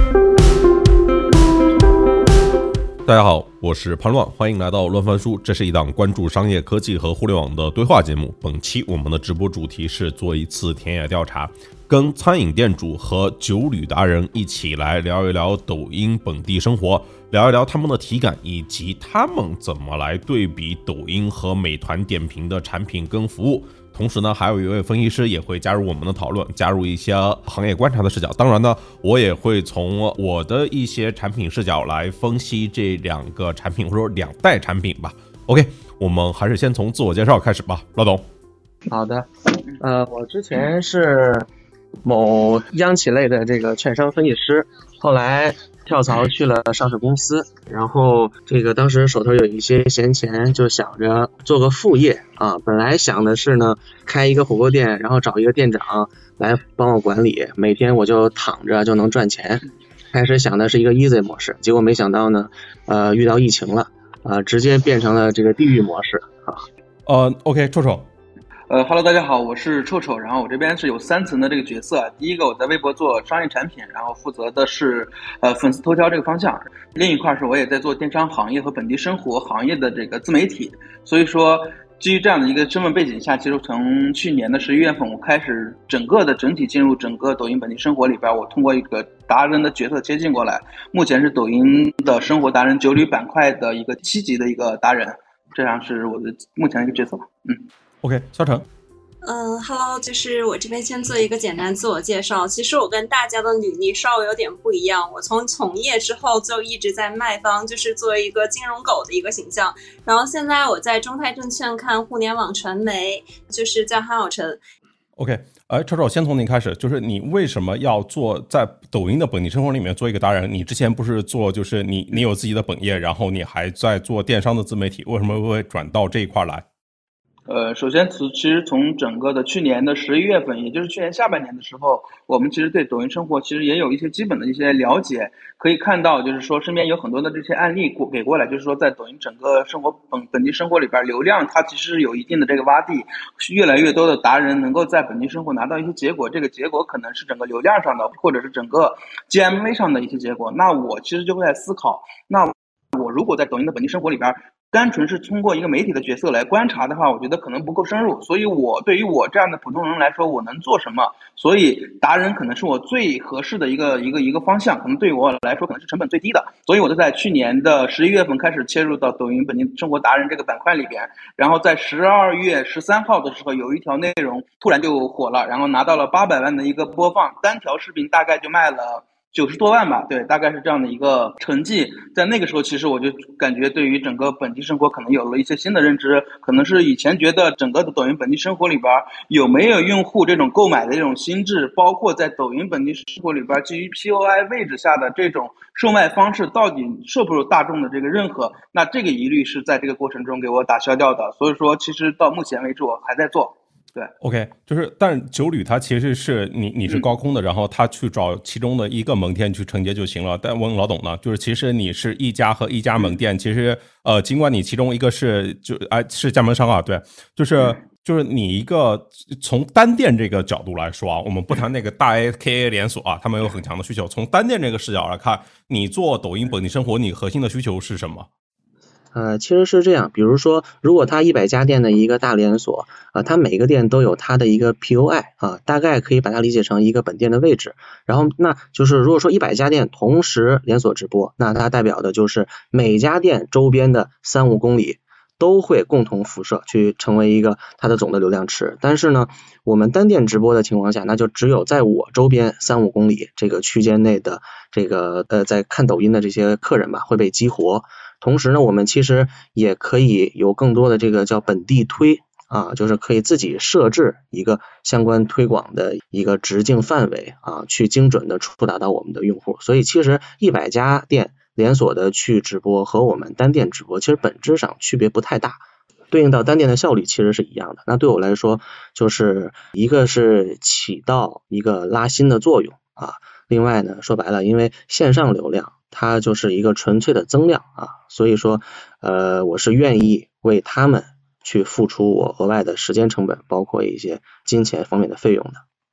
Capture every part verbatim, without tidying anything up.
大家好，我是潘乱，欢迎来到乱翻书。这是一档关注商业科技和互联网的对话节目。本期我们的直播主题是做一次田野调查，跟餐饮店主和酒旅达人一起来聊一聊抖音本地生活，聊一聊他们的体感，以及他们怎么来对比抖音和美团点评的产品跟服务。同时呢，还有一位分析师也会加入我们的讨论，加入一些行业观察的视角。当然呢，我也会从我的一些产品视角来分析这两个产品，或者说两代产品吧。OK， 我们还是先从自我介绍开始吧，老董。 好的，呃，我之前是某央企类的这个券商分析师，后来跳槽去了上市公司，然后这个当时手头有一些闲钱，就想着做个副业啊。本来想的是呢，开一个火锅店，然后找一个店长来帮我管理，每天我就躺着就能赚钱。开始想的是一个 easy 模式，结果没想到呢，呃，遇到疫情了，呃，直接变成了这个地狱模式啊。 呃 ，OK， 臭臭。 呃哈喽，大家好，我是臭臭。然后我这边是有三层的这个角色，第一个我在微博做商业产品，然后负责的是呃粉丝头条这个方向。另一块是我也在做电商行业和本地生活行业的这个自媒体。所以说，基于这样的一个身份背景下，其实从去年的十一月份，我开始整个的整体进入整个抖音本地生活里边，我通过一个达人的角色接近过来，目前是抖音的生活达人酒旅板块的一个七级的一个达人，这样是我的目前的一个角色。嗯。 OK， 肖成。 嗯 ，Hello， 就是我这边先做一个简单自我介绍。其实我跟大家的履历稍微有点不一样，我从从业之后就一直在卖方，就是作为一个金融狗的一个形象。然后现在我在中泰证券看互联网传媒，就是叫韩小晨。 OK， 哎，臭臭，先从您开始，就是你为什么要做在抖音的本地生活里面做一个达人？你之前不是做，就是你你有自己的本业，然后你还在做电商的自媒体，为什么会转到这一块来？ 呃，首先，其实从整个的去年的十一月份，也就是去年下半年的时候，我们其实对抖音生活其实也有一些基本的一些了解。可以看到，就是说身边有很多的这些案例过给过来，就是说在抖音整个生活本本地生活里边，流量它其实有一定的这个洼地，越来越多的达人能够在本地生活拿到一些结果，这个结果可能是整个流量上的，或者是整个 G M V 上的一些结果。那我其实就会在思考，那我如果在抖音的本地生活里边，单纯是通过一个媒体的角色来观察的话，我觉得可能不够深入。所以我对于我这样的普通人来说，我能做什么？所以达人可能是我最合适的一个一个一个方向，可能对于我来说可能是成本最低的。所以我就在去年的十一月份开始切入到抖音本地生活达人这个板块里边，然后在十二月十三号的时候，有一条内容突然就火了，然后拿到了八百万的一个播放，单条视频大概就卖了九十多万吧，对，大概是这样的一个成绩。在那个时候，其实我就感觉对于整个本地生活可能有了一些新的认知，可能是以前觉得整个的抖音本地生活里边有没有用户这种购买的这种心智，包括在抖音本地生活里边基于 P O I 位置下的这种售卖方式到底受不受大众的这个认可，那这个疑虑是在这个过程中给我打消掉的。所以说，其实到目前为止我还在做。对 ，OK， 就是，但酒旅它其实是你你是高空的，嗯、然后他去找其中的一个门店去承接就行了。但问老董呢，就是其实你是一家和一家门店，其实呃，尽管你其中一个是就哎、呃、是加盟商啊，对，就是就是你一个从单店这个角度来说啊，我们不谈那个大 A K A 连锁啊，他们有很强的需求。从单店这个视角来看，你做抖音本地生活，你核心的需求是什么？ 呃，其实是这样，比如说，如果它一百家店的一个大连锁，呃，它每个店都有它的一个 P O I 啊，大概可以把它理解成一个本店的位置。然后，那就是如果说一百家店同时连锁直播，那它代表的就是每家店周边的三五公里都会共同辐射，去成为一个它的总的流量池。但是呢，我们单店直播的情况下，那就只有在我周边三五公里这个区间内的这个呃，在看抖音的这些客人吧，会被激活。同时呢，我们其实也可以有更多的这个叫本地推啊，就是可以自己设置一个相关推广的一个直径范围啊，去精准的触达到我们的用户。所以其实一百家店连锁的去直播和我们单店直播其实本质上区别不太大，对应到单店的效率其实是一样的。那对我来说，就是一个是起到一个拉新的作用啊，另外呢，说白了，因为线上流量它就是一个纯粹的增量啊，所以说呃，我是愿意为他们去付出我额外的时间成本，包括一些金钱方面的费用的。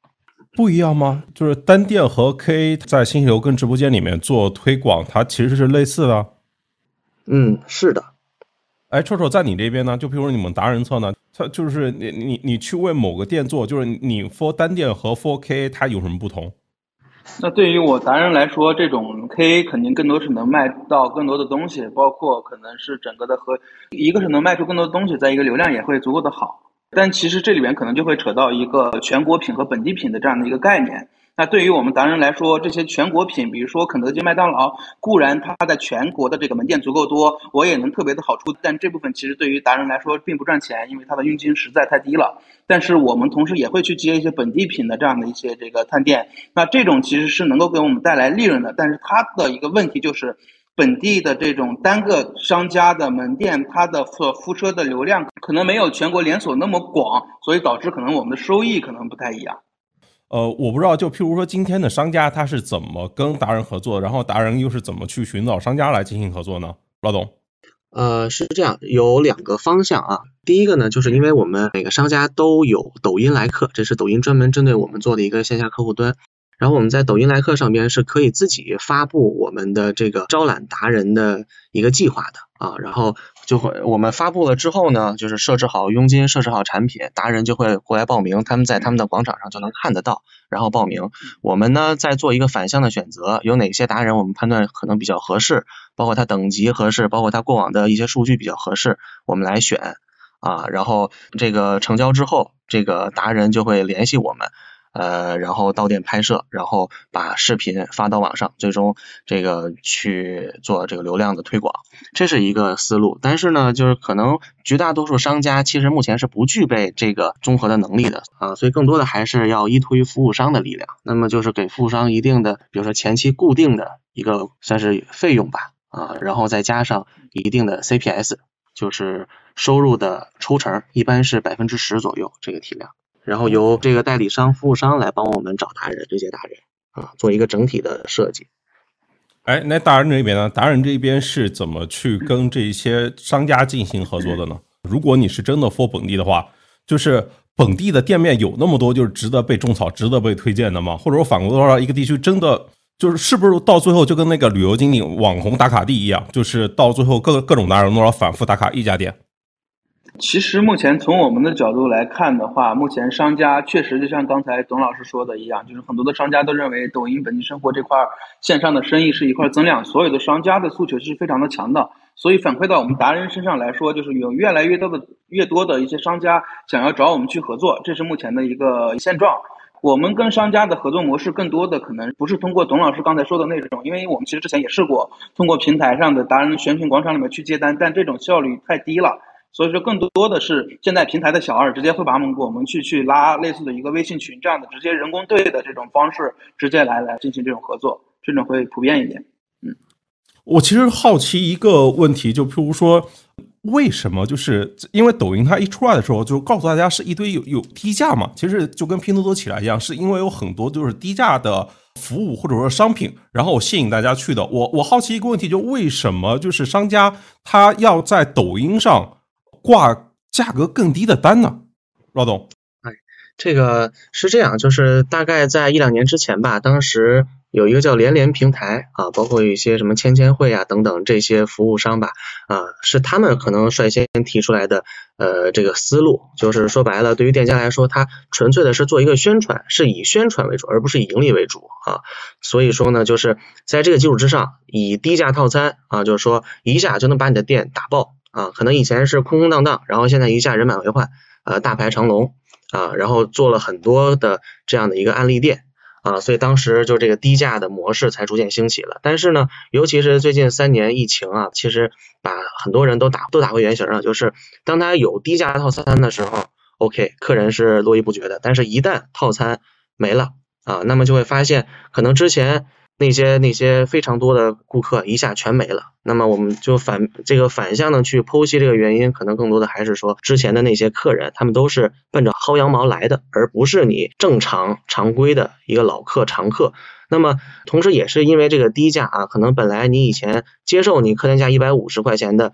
不一样吗？就是单店和 K 在信息流跟直播间里面做推广，它其实是类似的。 嗯，是的。 哎，臭臭，在你这边呢？就比如说你们达人测呢，它就是你你你去为某个店做，就是你 for 单店和 for K 它有什么不同？ 那对于我达人来说，这种 K 肯定更多是能卖到更多的东西，包括可能是整个的和一个是能卖出更多的东西，再一个流量也会足够的好。但其实这里面可能就会扯到一个全国品和本地品的这样的一个概念。那对于我们达人来说，这些全国品，比如说肯德基、麦当劳，固然它在全国的这个门店足够多，我也能特别的好处，但这部分其实对于达人来说并不赚钱，因为它的佣金实在太低了。但是我们同时也会去接一些本地品的这样的一些这个探店，那这种其实是能够给我们带来利润的，但是它的一个问题就是本地的这种单个商家的门店，它的辐射的流量可能没有全国连锁那么广，所以导致可能我们的收益可能不太一样。 呃，我不知道，就譬如说今天的商家他是怎么跟达人合作，然后达人又是怎么去寻找商家来进行合作呢？老董。 呃，是这样，有两个方向啊。第一个呢，就是因为我们每个商家都有抖音来客，这是抖音专门针对我们做的一个线下客户端。然后我们在抖音来客上边是可以自己发布我们的这个招揽达人的一个计划的啊，然后就会我们发布了之后呢，就是设置好佣金，设置好产品，达人就会过来报名，他们在他们的广场上就能看得到，然后报名。我们呢再做一个反向的选择，有哪些达人我们判断可能比较合适，包括他等级合适，包括他过往的一些数据比较合适，我们来选啊，然后这个成交之后，这个达人就会联系我们。呃，然后到店拍摄，然后把视频发到网上，最终这个去做这个流量的推广，这是一个思路。但是呢，就是可能绝大多数商家其实目前是不具备这个综合的能力的啊，所以更多的还是要依托于服务商的力量。那么就是给服务商一定的，比如说前期固定的一个算是费用吧啊，然后再加上一定的 C P S， 就是收入的抽成，一般是百分之十左右这个体量。然后由这个代理商、服务商来帮我们找达人，这些达人啊，做一个整体的设计。 哎，那达人这边呢？达人这边是怎么去跟这些商家进行合作的呢？如果你是真的 for 本地的话，就是本地的店面有那么多，就是值得被种草、值得被推荐的吗？或者说反过来说，一个地区真的就是是不是到最后就跟那个旅游经理、网红打卡地一样，就是到最后各各种达人都要反复打卡一家店？ 其实目前从我们的角度来看的话，目前商家确实就像刚才董老师说的一样，就是很多的商家都认为抖音本地生活这块线上的生意是一块增量，所有的商家的诉求是非常的强的，所以反馈到我们达人身上来说，就是有越来越多的越多的一些商家想要找我们去合作，这是目前的一个现状。我们跟商家的合作模式更多的可能不是通过董老师刚才说的那种，因为我们其实之前也试过通过平台上的达人选品广场里面去接单，但这种效率太低了。所以说更多的是现在平台的小二直接会把我们我们去去拉类似的一个微信群这样的直接人工对的这种方式直接来来进行这种合作，这种会普遍一点。嗯， 我其实好奇一个问题，就譬如说为什么就是因为抖音它一出来的时候就告诉大家是一堆有有低价嘛，其实就跟拼多多起来一样，是因为有很多就是低价的服务或者说商品，然后吸引大家去的。我我好奇一个问题，就为什么就是商家他要在抖音上挂价格更低的单呢？老董。 哎，这个是这样，就是大概在一两年之前吧，当时有一个叫连连平台啊，包括一些什么千千汇啊等等这些服务商吧，啊，是他们可能率先提出来的呃这个思路，就是说白了，对于店家来说，他纯粹的是做一个宣传，是以宣传为主，而不是以盈利为主啊。所以说呢，就是在这个基础之上，以低价套餐啊，就是说一下就能把你的店打爆。啊，可能以前是空空荡荡，然后现在一下人满为患，呃，大排长龙啊，然后做了很多的这样的一个案例店啊，所以当时就这个低价的模式才逐渐兴起了。但是呢，尤其是最近三年疫情啊，其实把很多人都打都打回原形了，就是当他有低价套餐的时候 ，OK， 客人是络绎不绝的，但是一旦套餐没了啊，那么就会发现可能之前那些那些非常多的顾客一下全没了，那么我们就反这个反向的去剖析这个原因，可能更多的还是说之前的那些客人，他们都是奔着薅羊毛来的，而不是你正常常规的一个老客常客。那么同时也是因为这个低价啊，可能本来你以前接受你客单价一百五十块钱的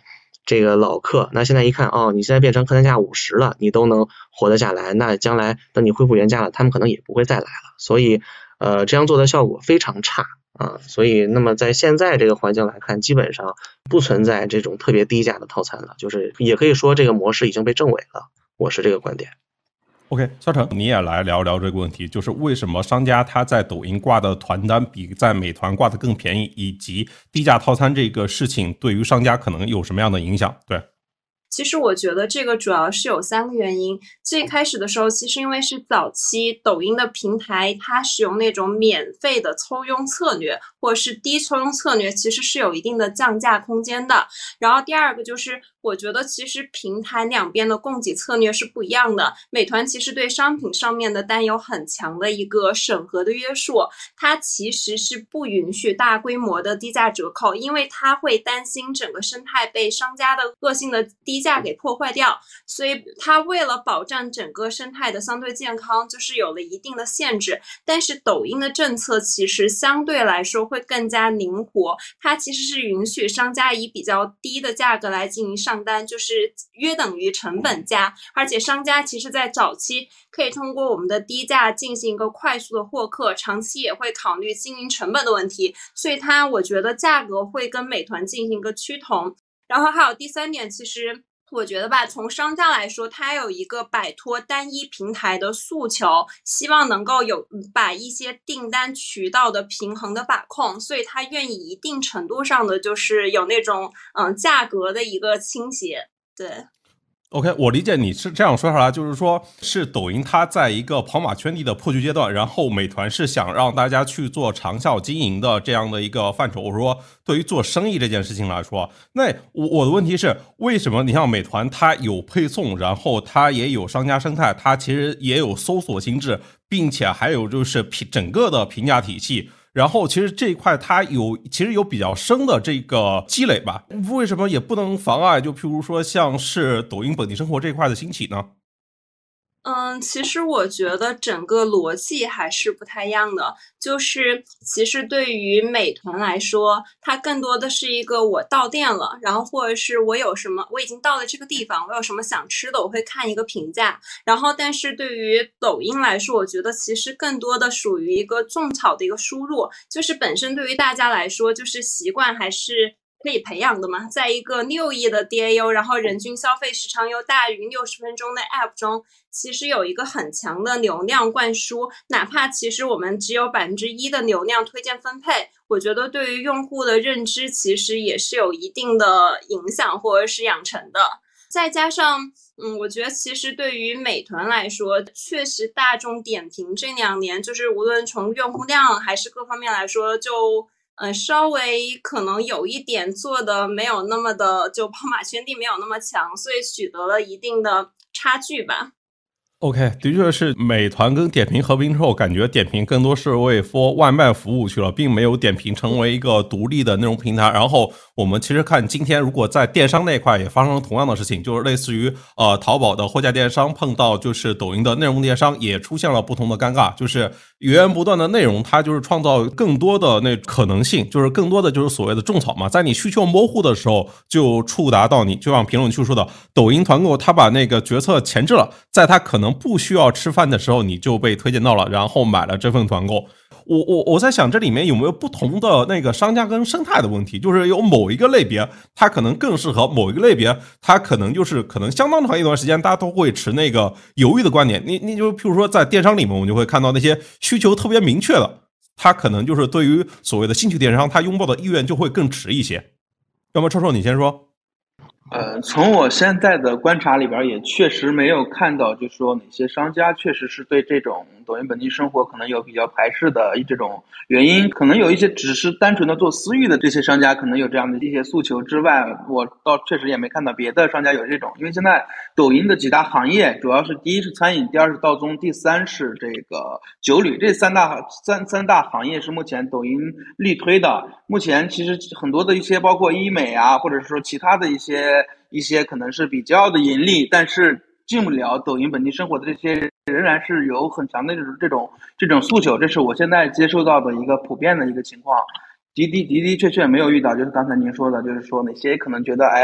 这个老客，那现在一看哦，你现在变成客单价五十了，你都能活得下来，那将来等你恢复原价了，他们可能也不会再来了。所以呃这样做的效果非常差啊，所以那么在现在这个环境来看，基本上不存在这种特别低价的套餐了，就是也可以说这个模式已经被证伪了，我是这个观点。 OK， 肖成，你也来聊聊这个问题，就是为什么商家他在抖音挂的团单比在美团挂的更便宜，以及低价套餐这个事情对于商家可能有什么样的影响？对。 其实我觉得这个主要是有三个原因。最开始的时候，其实因为是早期抖音的平台，它使用那种免费的抽佣策略，或者是低抽佣策略，其实是有一定的降价空间的。然后第二个就是，我觉得其实平台两边的供给策略是不一样的。美团其实对商品上面的单有很强的一个审核的约束，它其实是不允许大规模的低价折扣，因为它会担心整个生态被商家的恶性的低价给破坏掉，所以它为了保障整个生态的相对健康，就是有了一定的限制。但是抖音的政策其实相对来说会更加灵活，它其实是允许商家以比较低的价格来进行上单，就是约等于成本价，而且商家其实在早期可以通过我们的低价进行一个快速的获客，长期也会考虑经营成本的问题，所以它我觉得价格会跟美团进行一个趋同。然后还有第三点，其实我觉得吧，从商家来说，他有一个摆脱单一平台的诉求，希望能够有把一些订单渠道的平衡的把控，所以他愿意一定程度上的就是有那种嗯价格的一个倾斜，对。 OK， 我理解你是这样说下来，就是说是抖音它在一个跑马圈地的破局阶段，然后美团是想让大家去做长效经营的这样的一个范畴。我说对于做生意这件事情来说，那我我的问题是，为什么你像美团它有配送，然后它也有商家生态，它其实也有搜索心智，并且还有就是整个的评价体系，然后其实这一块它有其实有比较深的这个积累吧，为什么也不能妨碍就譬如说像是抖音本地生活这一块的兴起呢？ 嗯，其实我觉得整个逻辑还是不太一样的。就是其实对于美团来说，它更多的是一个我到店了，然后或者是我有什么，我已经到了这个地方，我有什么想吃的，我会看一个评价。然后，但是对于抖音来说，我觉得其实更多的属于一个种草的一个输入，就是本身对于大家来说，就是习惯还是可以培养的嘛。在一个六亿的 D A U， 然后人均消费时长又大于六十分钟的 App 中，其实有一个很强的流量灌输，哪怕其实我们只有百分之一的流量推荐分配，我觉得对于用户的认知其实也是有一定的影响或者是养成的。再加上嗯，我觉得其实对于美团来说，确实大众点评这两年就是无论从用户量还是各方面来说，就呃，稍微可能有一点做的没有那么的，就跑马圈地没有那么强，所以取得了一定的差距吧。 OK， 的确是美团跟点评合并之后，感觉点评更多是为 for 外卖服务去了，并没有点评成为一个独立的内容平台。然后我们其实看今天，如果在电商那块也发生了同样的事情，就是类似于呃淘宝的货架电商碰到就是抖音的内容电商，也出现了不同的尴尬，就是源源不断的内容，它就是创造更多的那可能性，就是更多的就是所谓的种草嘛，在你需求模糊的时候就触达到你，就像评论区说的，抖音团购它把那个决策前置了，在它可能不需要吃饭的时候你就被推荐到了，然后买了这份团购。我我我在想这里面有没有不同的那个商家跟生态的问题，就是有某一个类别它可能更适合，某一个类别它可能就是可能相当长一段时间大家都会持那个犹豫的观点。你你就譬如说在电商里面，我们就会看到那些需求特别明确的，它可能就是对于所谓的兴趣电商，它拥抱的意愿就会更迟一些。要么臭臭你先说。 呃，从我现在的观察里边，也确实没有看到，就是说哪些商家确实是对这种抖音本地生活可能有比较排斥的这种原因，可能有一些只是单纯的做私域的这些商家可能有这样的一些诉求之外，我倒确实也没看到别的商家有这种。因为现在抖音的几大行业，主要是第一是餐饮，第二是道综，第三是这个酒旅，这三大三三大行业是目前抖音力推的。目前其实很多的一些包括医美啊，或者是说其他的一些一些可能是比较的盈利，但是进不了抖音本地生活的这些人，仍然是有很强的这种这种这种诉求，这是我现在接受到的一个普遍的一个情况。的的的的确确没有遇到，就是刚才您说的，就是说哪些可能觉得哎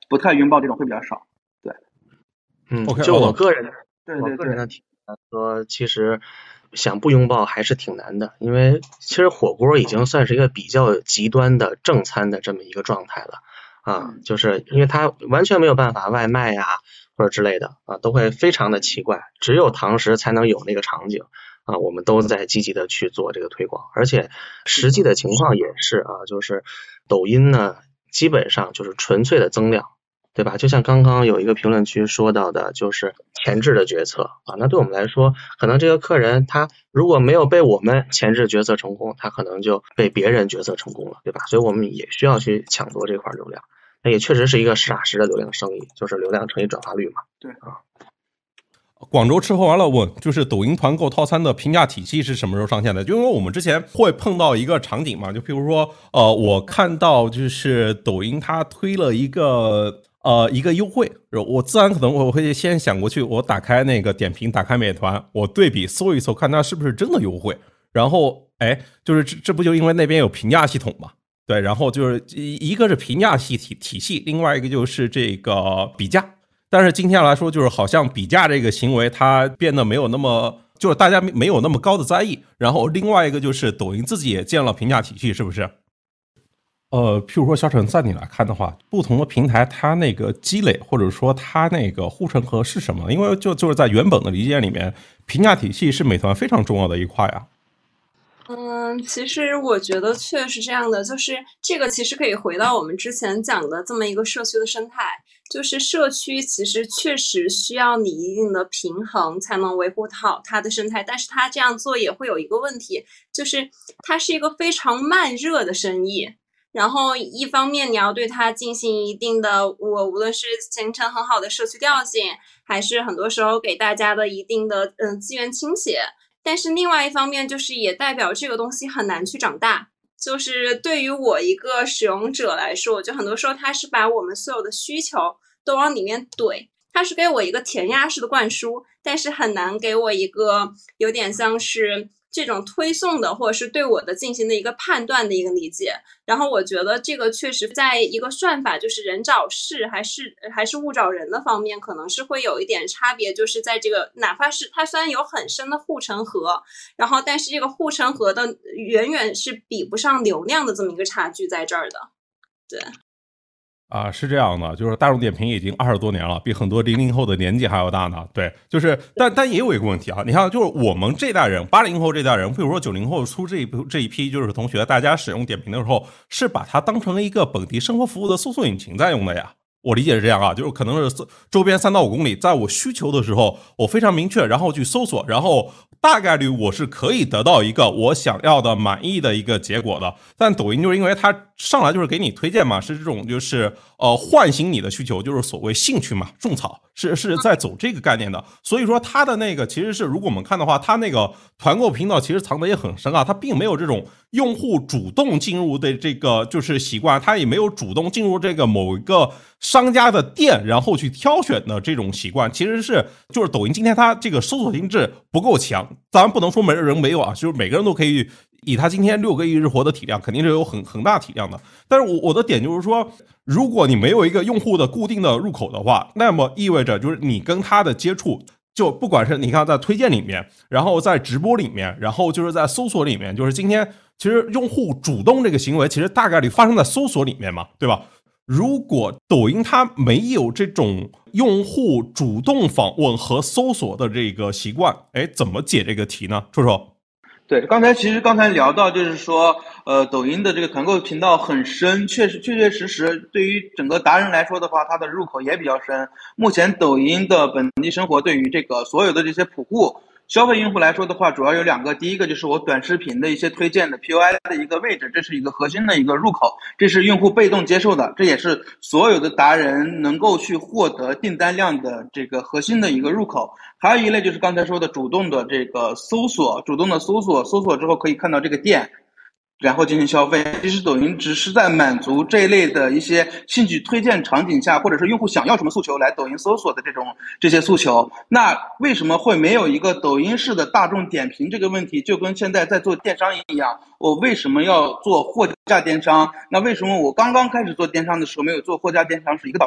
不太拥抱这种会比较少。对， 嗯， OK， 就我个人， 对对对， 我个人的体验说，其实想不拥抱还是挺难的，因为其实火锅已经算是一个比较极端的正餐的这么一个状态了啊，就是因为它完全没有办法外卖呀或者之类的啊，都会非常的奇怪，只有堂食才能有那个场景啊，我们都在积极的去做这个推广，而且实际的情况也是啊，就是抖音呢基本上就是纯粹的增量。对吧？就像刚刚有一个评论区说到的，就是前置的决策啊。那对我们来说，可能这个客人他如果没有被我们前置决策成功，他可能就被别人决策成功了，对吧？所以我们也需要去抢夺这块流量。那也确实是一个实打实的流量生意，就是流量乘以转化率嘛。 对啊。 广州吃喝玩乐问，就是抖音团购套餐的评价体系是什么时候上线的？就因为我们之前会碰到一个场景嘛，就譬如说，呃，我看到就是抖音它推了一个。呃，一个优惠，我自然可能我会先想过去，我打开那个点评，打开美团，我对比搜一搜，看它是不是真的优惠。然后，哎，就是这这不就因为那边有评价系统嘛？对，然后就是一个是评价系体体系，另外一个就是这个比价。但是今天来说，就是好像比价这个行为它变得没有那么，就是大家没有那么高的在意。然后另外一个就是抖音自己也建了评价体系，是不是？呃，譬如说小陈，在你来看的话，不同的平台它那个积累或者说它那个护城河是什么？因为就就是在原本的理解里面，评价体系是美团非常重要的一块啊。 嗯，其实我觉得确实这样的，就是这个其实可以回到我们之前讲的这么一个社区的生态，就是社区其实确实需要你一定的平衡才能维护好它的生态，但是它这样做也会有一个问题，就是它是一个非常慢热的生意。然后一方面你要对它进行一定的，我无论是形成很好的社区调性，还是很多时候给大家的一定的嗯资源倾斜，但是另外一方面就是也代表这个东西很难去长大。就是对于我一个使用者来说，就很多时候它是把我们所有的需求都往里面怼，它是给我一个填鸭式的灌输，但是很难给我一个有点像是这种推送的，或者是对我的进行的一个判断的一个理解。然后我觉得这个确实在一个算法，就是人找事还是还是物找人的方面，可能是会有一点差别，就是在这个哪怕是它虽然有很深的护城河，然后但是这个护城河的远远是比不上流量的这么一个差距在这儿的。对。 啊，是这样的，就是大众点评已经二十多年了，比很多零零后的年纪还要大呢。对，就是，但但也有一个问题啊，你看，就是我们这代人，八零后这代人，比如说九零后出这一这一批就是同学，大家使用点评的时候，是把它当成一个本地生活服务的搜索引擎在用的呀。我理解是这样啊，就是可能是周边三到五公里，在我需求的时候，我非常明确，然后去搜索，然后大概率我是可以得到一个我想要的满意的一个结果的。但抖音就是因为它上来就是给你推荐嘛，是这种就是呃唤醒你的需求，就是所谓兴趣嘛，种草是是在走这个概念的。所以说它的那个其实是，如果我们看的话，它那个团购频道其实藏的也很深啊，它并没有这种用户主动进入的这个就是习惯，它也没有主动进入这个某一个商家的店然后去挑选的这种习惯，其实是就是抖音今天它这个搜索性质不够强，当然不能说每个人没有啊，就是每个人都可以以他今天六个亿日活的体量，肯定是有很很大体量的。但是我我的点就是说，如果你没有一个用户的固定的入口的话，那么意味着就是你跟他的接触，就不管是你看在推荐里面，然后在直播里面，然后就是在搜索里面，就是今天其实用户主动这个行为，其实大概率发生在搜索里面嘛，对吧？如果抖音它没有这种用户主动访问和搜索的这个习惯，哎，怎么解这个题呢？戳戳。 对，刚才其实刚才聊到就是说，呃，抖音的这个团购频道很深，确实确确实实对于整个达人来说的话，它的入口也比较深。目前抖音的本地生活对于这个所有的这些普户消费用户来说的话，主要有两个，第一个就是我短视频的一些推荐的 P O I 的一个位置，这是一个核心的一个入口，这是用户被动接受的，这也是所有的达人能够去获得订单量的这个核心的一个入口。还有一类就是刚才说的主动的这个搜索，主动的搜索，搜索之后可以看到这个店，然后进行消费。其实抖音只是在满足这一类的一些兴趣推荐场景下，或者是用户想要什么诉求来抖音搜索的这种这些诉求。那为什么会没有一个抖音式的大众点评这个问题？就跟现在在做电商一样，我为什么要做货架电商？那为什么我刚刚开始做电商的时候没有做货架电商是一个道理。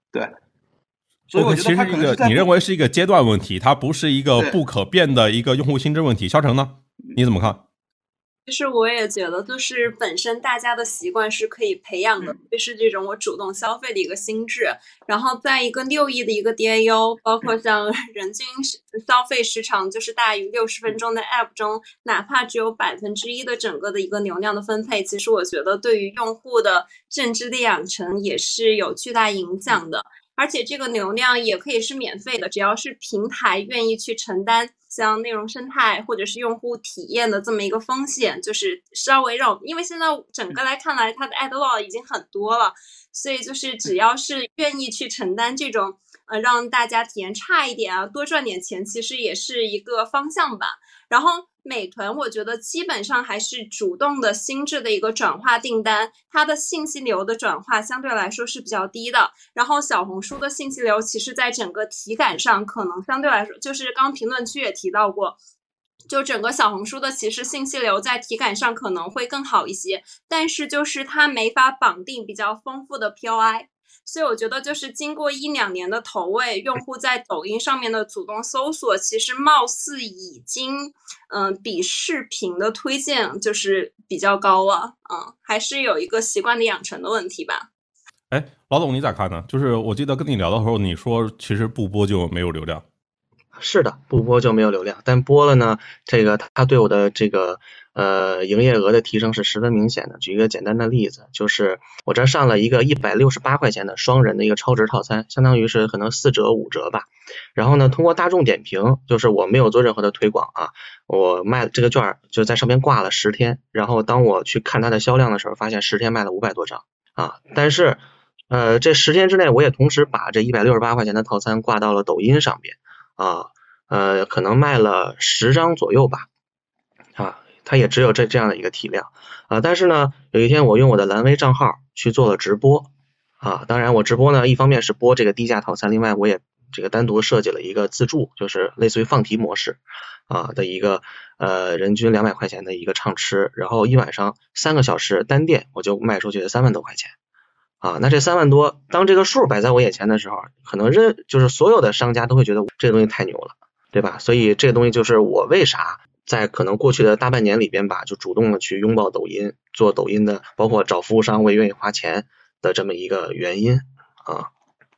对，所以我觉得它可能是在你认为是一个阶段问题，它不是一个不可变的一个用户心智问题。肖成呢？你怎么看？ 其实我也觉得，就是本身大家的习惯是可以培养的，特别是这种我主动消费的一个心智。然后在一个六亿的一个 D A U， 包括像人均消费时长就是大于六十分钟的 App 中，哪怕只有百分之一的整个的一个流量的分配，其实我觉得对于用户的认知的养成也是有巨大影响的。而且这个流量也可以是免费的，只要是平台愿意去承担像内容生态或者是用户体验的这么一个风险，就是稍微让，因为现在整个来看来它的 ad load 已经很多了，所以就是只要是愿意去承担这种呃让大家体验差一点啊，多赚点钱，其实也是一个方向吧。然后美团我觉得基本上还是主动的心智的一个转化订单，它的信息流的转化相对来说是比较低的。然后小红书的信息流其实在整个体感上可能相对来说，就是刚评论区也提到过，就整个小红书的其实信息流在体感上可能会更好一些，但是就是它没法绑定比较丰富的 P O I。所以我觉得就是经过一两年的投喂，用户在抖音上面的主动搜索其实貌似已经嗯、呃、比视频的推荐就是比较高了，嗯，还是有一个习惯的养成的问题吧。 哎，老董你咋看呢？就是我记得跟你聊的时候你说其实不播就没有流量。 是的，不播就没有流量，但播了呢，这个它对我的这个呃营业额的提升是十分明显的。举一个简单的例子，就是我这上了一个一百六十八块钱的双人的一个超值套餐，相当于是可能四折五折吧。然后呢，通过大众点评，就是我没有做任何的推广啊，我卖这个券就在上面挂了十天，然后当我去看它的销量的时候，发现十天卖了五百多张啊。但是呃这十天之内，我也同时把这一百六十八块钱的套餐挂到了抖音上边。啊，呃，可能卖了十张左右吧，啊，它也只有这这样的一个体量啊。但是呢，有一天我用我的蓝 V 账号去做了直播啊，当然我直播呢，一方面是播这个低价套餐，另外我也这个单独设计了一个自助，就是类似于放题模式啊的一个呃人均两百块钱的一个畅吃，然后一晚上三个小时单店我就卖出去三万多块钱。啊，那这三万多，当这个数摆在我眼前的时候，可能认就是所有的商家都会觉得这个东西太牛了，对吧？所以这个东西就是我为啥在可能过去的大半年里边吧，就主动的去拥抱抖音，做抖音的，包括找服务商我也愿意花钱的这么一个原因啊。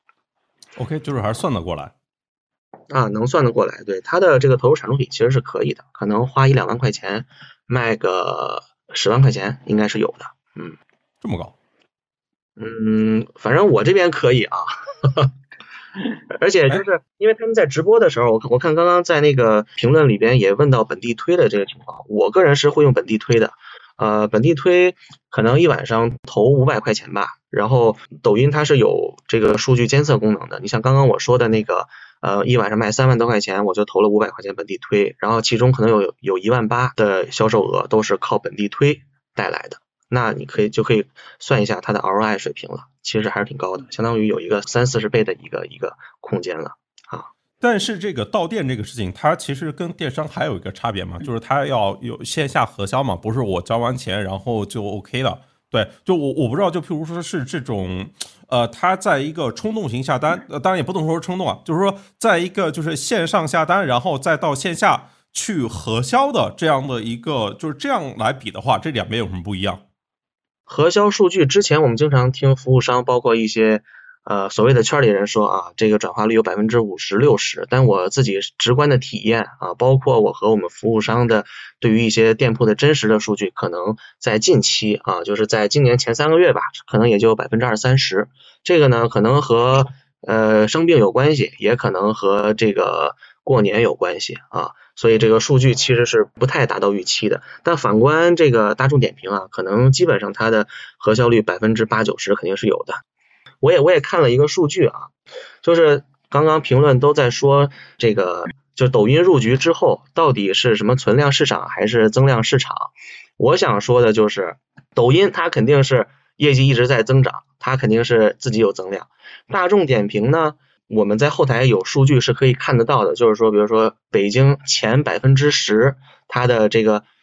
OK， 就是还是算得过来啊，能算得过来，对，它的这个投入产出比其实是可以的，可能花一两万块钱卖个十万块钱应该是有的，嗯， 这么高。 嗯，反正我这边可以啊，而且就是因为他们在直播的时候，我我看刚刚在那个评论里边也问到本地推的这个情况，我个人是会用本地推的，呃，本地推可能一晚上投五百块钱吧，然后抖音它是有这个数据监测功能的，你像刚刚我说的那个，呃，一晚上卖三万多块钱，我就投了五百块钱本地推，然后其中可能有有一万八的销售额都是靠本地推带来的。那你可以就可以算一下它的 R O I 水平了，其实还是挺高的，相当于有一个三四十倍的一个一个空间了啊。 但是这个到店这个事情，它其实跟电商还有一个差别嘛，就是它要有线下核销嘛，不是我交完钱然后就 OK 了。对，就我我不知道，就譬如说是这种，呃，它在一个冲动型下单，呃，当然也不能说是冲动啊，就是说在一个就是线上下单，然后再到线下去核销的这样的一个，就是这样来比的话，这两边有什么不一样？ 核销数据之前我们经常听服务商包括一些呃所谓的圈里人说啊，这个转化率有百分之五十六十，但我自己直观的体验啊，包括我和我们服务商的对于一些店铺的真实的数据，可能在近期啊，就是在今年前三个月吧，可能也就百分之二三十。这个呢，可能和呃生病有关系，也可能和这个过年有关系啊。所以这个数据其实是不太达到预期的，但反观这个大众点评啊，可能基本上它的核销率百分之八九十肯定是有的。我也我也看了一个数据啊，就是刚刚评论都在说这个，就抖音入局之后到底是什么存量市场还是增量市场？我想说的就是，抖音它肯定是业绩一直在增长，它肯定是自己有增量。大众点评呢？我们在后台有数据是可以看得到的，就是说比如说北京前百分之十它的这个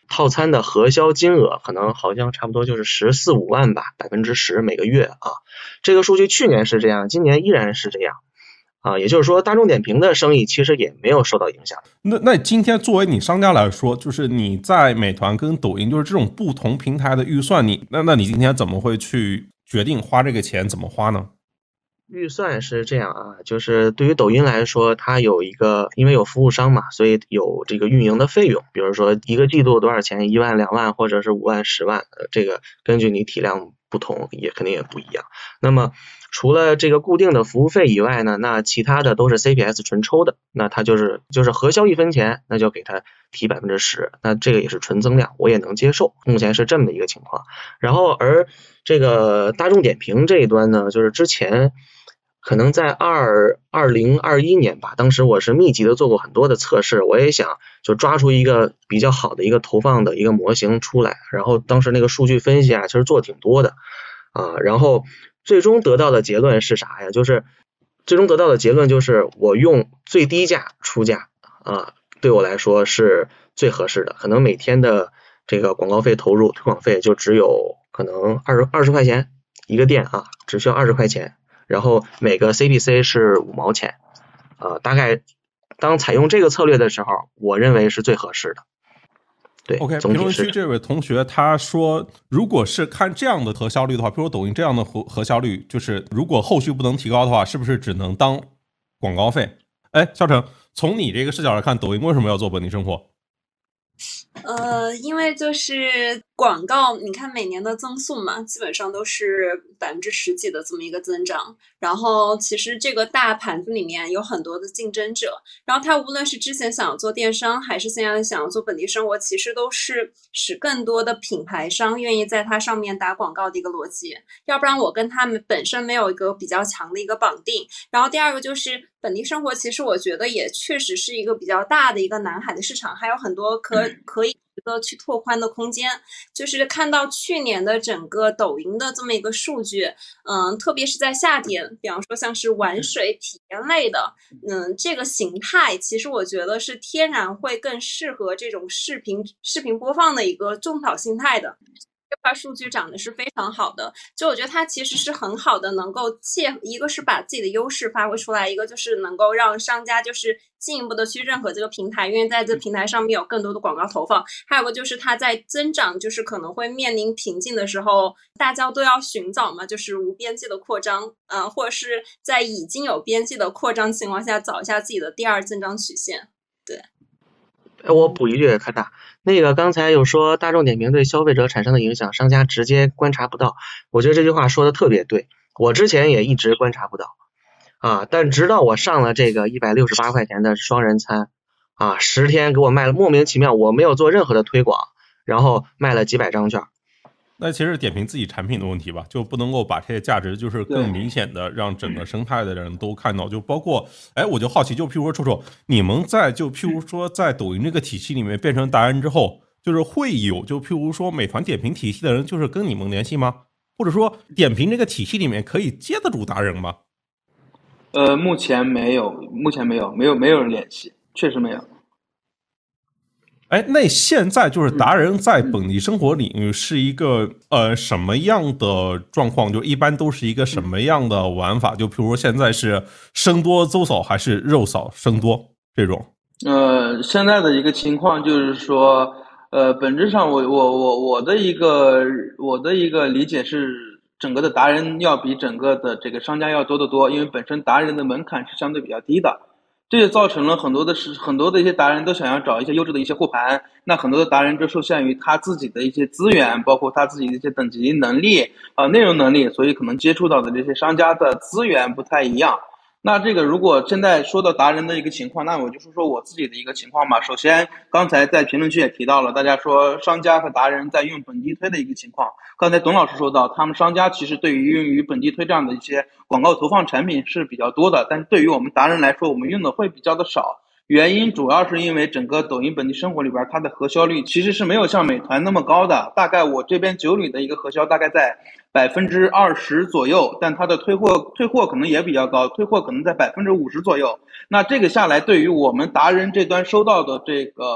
套餐的核销金额可能好像差不多就是十四五万吧，百分之十每个月啊。这个数据去年是这样，今年依然是这样啊。也就是说，大众点评的生意其实也没有受到影响。 那那今天作为你商家来说，就是你在美团跟抖音就是这种不同平台的预算，你那那你今天怎么会去决定花这个钱怎么花呢？ 预算是这样啊，就是对于抖音来说，它有一个，因为有服务商嘛，所以有这个运营的费用，比如说一个季度多少钱，一万、两万，或者是五万、十万，呃，这个根据你体量不同，也肯定也不一样。那么除了这个固定的服务费以外呢，那其他的都是 C P S 纯抽的，那它就是就是核销一分钱，那就给它提百分之十，那这个也是纯增量，我也能接受。目前是这么的一个情况。然后而这个大众点评这一端呢，就是之前可能在二二零二一年吧，当时我是密集的做过很多的测试，我也想就抓出一个比较好的一个投放的一个模型出来，然后当时那个数据分析啊，其实做的挺多的啊，然后最终得到的结论是啥呀？就是最终得到的结论就是我用最低价出价啊，对我来说是最合适的，可能每天的这个广告费投入推广费就只有可能二十二十块钱一个店啊，只需要二十块钱。然后每个 C P C 是五毛钱，呃，大概当采用这个策略的时候，我认为是最合适的。对 ，OK， 评论区这位同学他说，如果是看这样的核销率的话，比如抖音这样的核核销率，就是如果后续不能提高的话，是不是只能当广告费？哎，肖成，从你这个视角来看，抖音为什么要做本地生活？ 呃，因为就是广告，你看每年的增速嘛，基本上都是百分之十几的这么一个增长。然后其实这个大盘子里面有很多的竞争者，然后他无论是之前想要做电商，还是现在想要做本地生活，其实都是使更多的品牌商愿意在它上面打广告的一个逻辑。要不然我跟他们本身没有一个比较强的一个绑定。然后第二个就是本地生活，其实我觉得也确实是一个比较大的一个南海的市场，还有很多可可以一个去拓宽的空间。就是看到去年的整个抖音的这么一个数据，嗯，特别是在夏天，比方说像是玩水体验类的，嗯，这个形态其实我觉得是天然会更适合这种视频视频播放的一个种草心态的。这块数据涨的是非常好的，就我觉得它其实是很好的，能够借一个是把自己的优势发挥出来，一个就是能够让商家就是进一步的去认可这个平台，因为在这平台上面有更多的广告投放。还有个就是它在增长，就是可能会面临瓶颈的时候，大家都要寻找嘛，就是无边际的扩张，呃，或者是在已经有边际的扩张情况下，找一下自己的第二增长曲线。对。 我补一句，开大，那个刚才有说大众点评对消费者产生的影响，商家直接观察不到。我觉得这句话说的特别对，我之前也一直观察不到啊，但直到我上了这个一百六十八块钱的双人餐啊，十天给我卖了，莫名其妙，我没有做任何的推广，然后卖了几百张券。 那其实点评自己产品的问题吧，就不能够把这些价值就是更明显的让整个生态的人都看到。就包括，哎，我就好奇，就譬如说，臭臭，你们在就譬如说在抖音这个体系里面变成达人之后，就是会有就譬如说美团点评体系的人就是跟你们联系吗？或者说点评这个体系里面可以接得住达人吗？ 呃，目前没有，目前没有，没有没有人联系，确实没有。 哎，那现在就是达人在本地生活领域是一个呃什么样的状况？就一般都是一个什么样的玩法？就譬如说现在是生多粥少还是肉少生多这种？ 呃，现在的一个情况就是说，呃，本质上我我我我的一个我的一个理解是，整个的达人要比整个的这个商家要多得多，因为本身达人的门槛是相对比较低的。这也造成了很多的是很多的一些达人都想要找一些优质的一些护盘，那很多的达人就受限于他自己的一些资源，包括他自己的一些等级能力啊、呃、内容能力，所以可能接触到的这些商家的资源不太一样。那这个如果现在说到达人的一个情况，那我就说说我自己的一个情况吧。首先，刚才在评论区也提到了，大家说商家和达人在用本地推的一个情况。刚才董老师说到，他们商家其实对于用于本地推这样的一些广告投放产品是比较多的，但是对于我们达人来说，我们用的会比较的少。原因主要是因为整个抖音本地生活里边，它的核销率其实是没有像美团那么高的，大概我这边九旅的一个核销大概在百分之二十左右，但它的退货退货可能也比较高，退货可能在百分之五十左右。那这个下来，对于我们达人这端收到的这个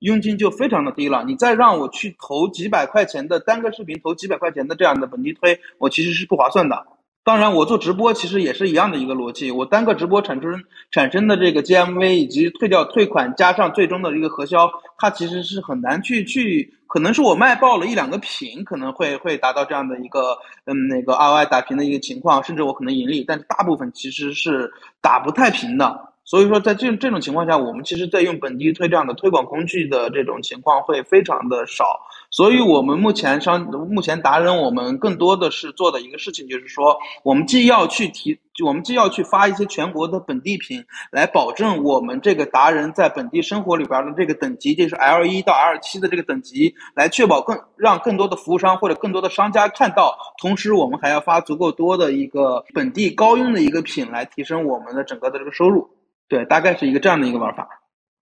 佣金就非常的低了。你再让我去投几百块钱的单个视频，投几百块钱的这样的本地推，我其实是不划算的。当然我做直播其实也是一样的一个逻辑，我单个直播产生产生的这个 G M V 以及退掉退款加上最终的一个核销，它其实是很难去去可能是我卖爆了一两个品可能会会达到这样的一个嗯那个 R O I 打平的一个情况，甚至我可能盈利，但是大部分其实是打不太平的。所以说在这这种情况下，我们其实在用本地推这样的推广工具的这种情况会非常的少。所以我们目前商目前达人我们更多的是做的一个事情，就是说我们既要去提我们既要去发一些全国的本地品，来保证我们这个达人在本地生活里边的这个等级，就是 L 一 到 L 七 的这个等级，来确保更让更多的服务商或者更多的商家看到，同时我们还要发足够多的一个本地高佣的一个品，来提升我们的整个的这个收入。对，大概是一个这样的一个玩法。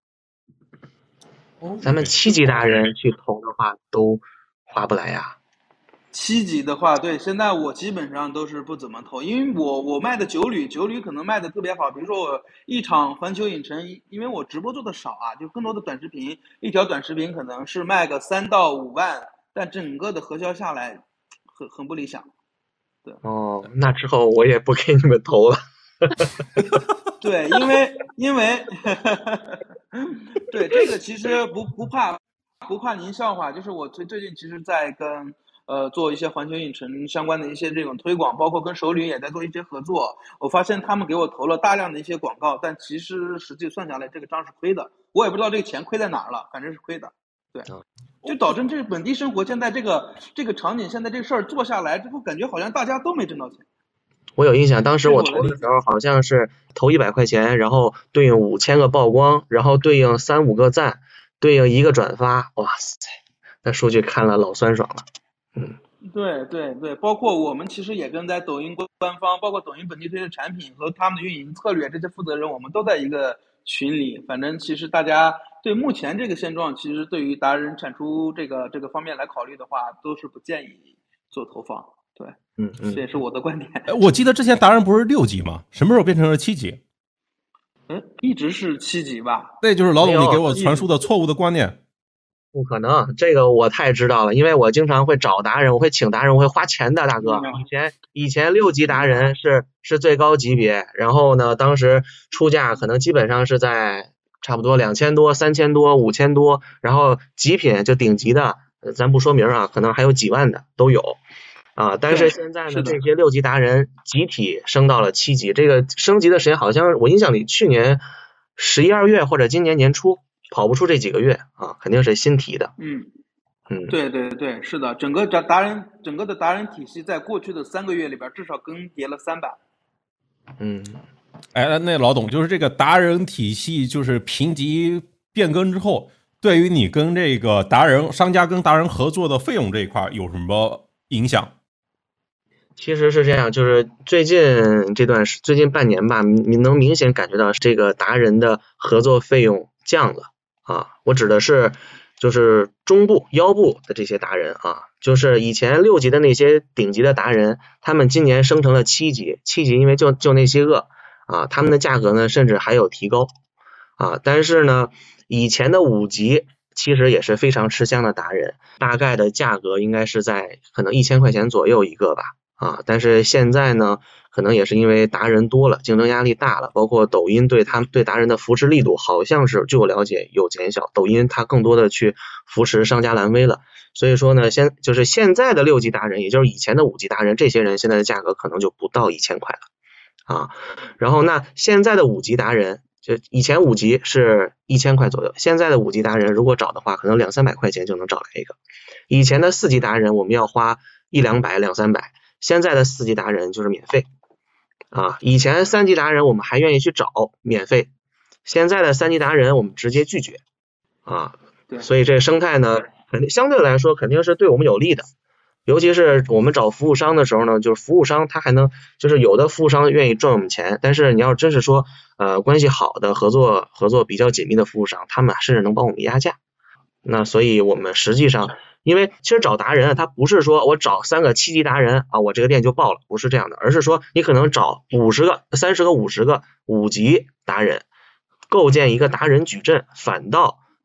咱们七级达人去投的话都划不来呀。 七级的话，对，现在我基本上都是不怎么投，因为我我卖的九旅，九旅可能卖的特别好。比如说我一场环球影城，因为我直播做的少啊，就更多的短视频，一条短视频可能是卖个三到五万，但整个的核销下来很很不理想。对。 哦，那之后我也不给你们投了。 对，因为因为对这个其实不不怕不怕您笑话，就是我最最近其实在跟呃做一些环球影城相关的一些这种推广，包括跟首旅也在做一些合作。我发现他们给我投了大量的一些广告，但其实实际算下来这个账是亏的，我也不知道这个钱亏在哪儿了，反正是亏的。对，就导致这个本地生活现在这个这个场景现在这个事儿做下来之后，感觉好像大家都没挣到钱。 我有印象，当时我投的时候好像是投一百块钱，然后对应五千个曝光，然后对应三五个赞，对应一个转发，哇塞，那数据看了老酸爽了。嗯， 对对对，包括我们其实也跟在抖音官方，包括抖音本地推的产品和他们的运营策略这些负责人，我们都在一个群里。反正其实大家对目前这个现状，其实对于达人产出这个这个方面来考虑的话，都是不建议做投放。对， 嗯嗯， 这也是我的观点。 我记得之前达人不是六级吗？什么时候变成了七级？ 嗯，一直是七级吧？ 那就是老董你给我传输的错误的观念。 不可能，这个我太知道了，因为我经常会找达人，我会请达人，我会花钱的，大哥。以前以前六级达人是是最高级别，然后呢，当时出价可能基本上是在差不多两千多、三千多、五千多，然后极品就顶级的，咱不说名啊，可能还有几万的都有。啊，但是现在呢，这些六级达人集体升到了七级，这个升级的时间好像我印象里去年十一二月或者今年年初，跑不出这几个月啊，肯定是新提的。 嗯嗯， 对对对，是的，整个达达人整个的达人体系在过去的三个月里边至少更迭了三百。 嗯， 哎，那老董就是这个达人体系，就是评级变更之后，对于你跟这个达人商家跟达人合作的费用这一块有什么影响？ 其实是这样，就是最近这段最近半年吧，你能明显感觉到这个达人的合作费用降了啊。我指的是就是中部腰部的这些达人啊，就是以前六级的那些顶级的达人，他们今年升成了七级，七级因为就就那些个啊，他们的价格呢甚至还有提高啊。但是呢，以前的五级其实也是非常吃香的达人，大概的价格应该是在可能一千块钱左右一个吧。啊，但是现在呢，可能也是因为达人多了，竞争压力大了，包括抖音对他们对达人的扶持力度好像是据我了解有减小，抖音它更多的去扶持商家蓝 V 了，所以说呢，现就是现在的六级达人，也就是以前的五级达人，这些人现在的价格可能就不到一千块了啊。然后那现在的五级达人，就以前五级是一千块左右，现在的五级达人如果找的话，可能两三百块钱就能找来一个。以前的四级达人我们要花一两百两三百。现在的四级达人就是免费啊，以前三级达人我们还愿意去找免费，现在的三级达人我们直接拒绝啊，所以这生态呢，肯定相对来说肯定是对我们有利的，尤其是我们找服务商的时候呢，就是服务商他还能就是有的服务商愿意赚我们钱，但是你要真是说呃关系好的合作合作比较紧密的服务商，他们甚至能帮我们压价，那所以我们实际上。因为其实找达人他不是说我找三个七级达人啊，我这个店就爆了，不是这样的，而是说你可能找五十个、三十个、五十个五级达人，构建一个达人矩阵，反倒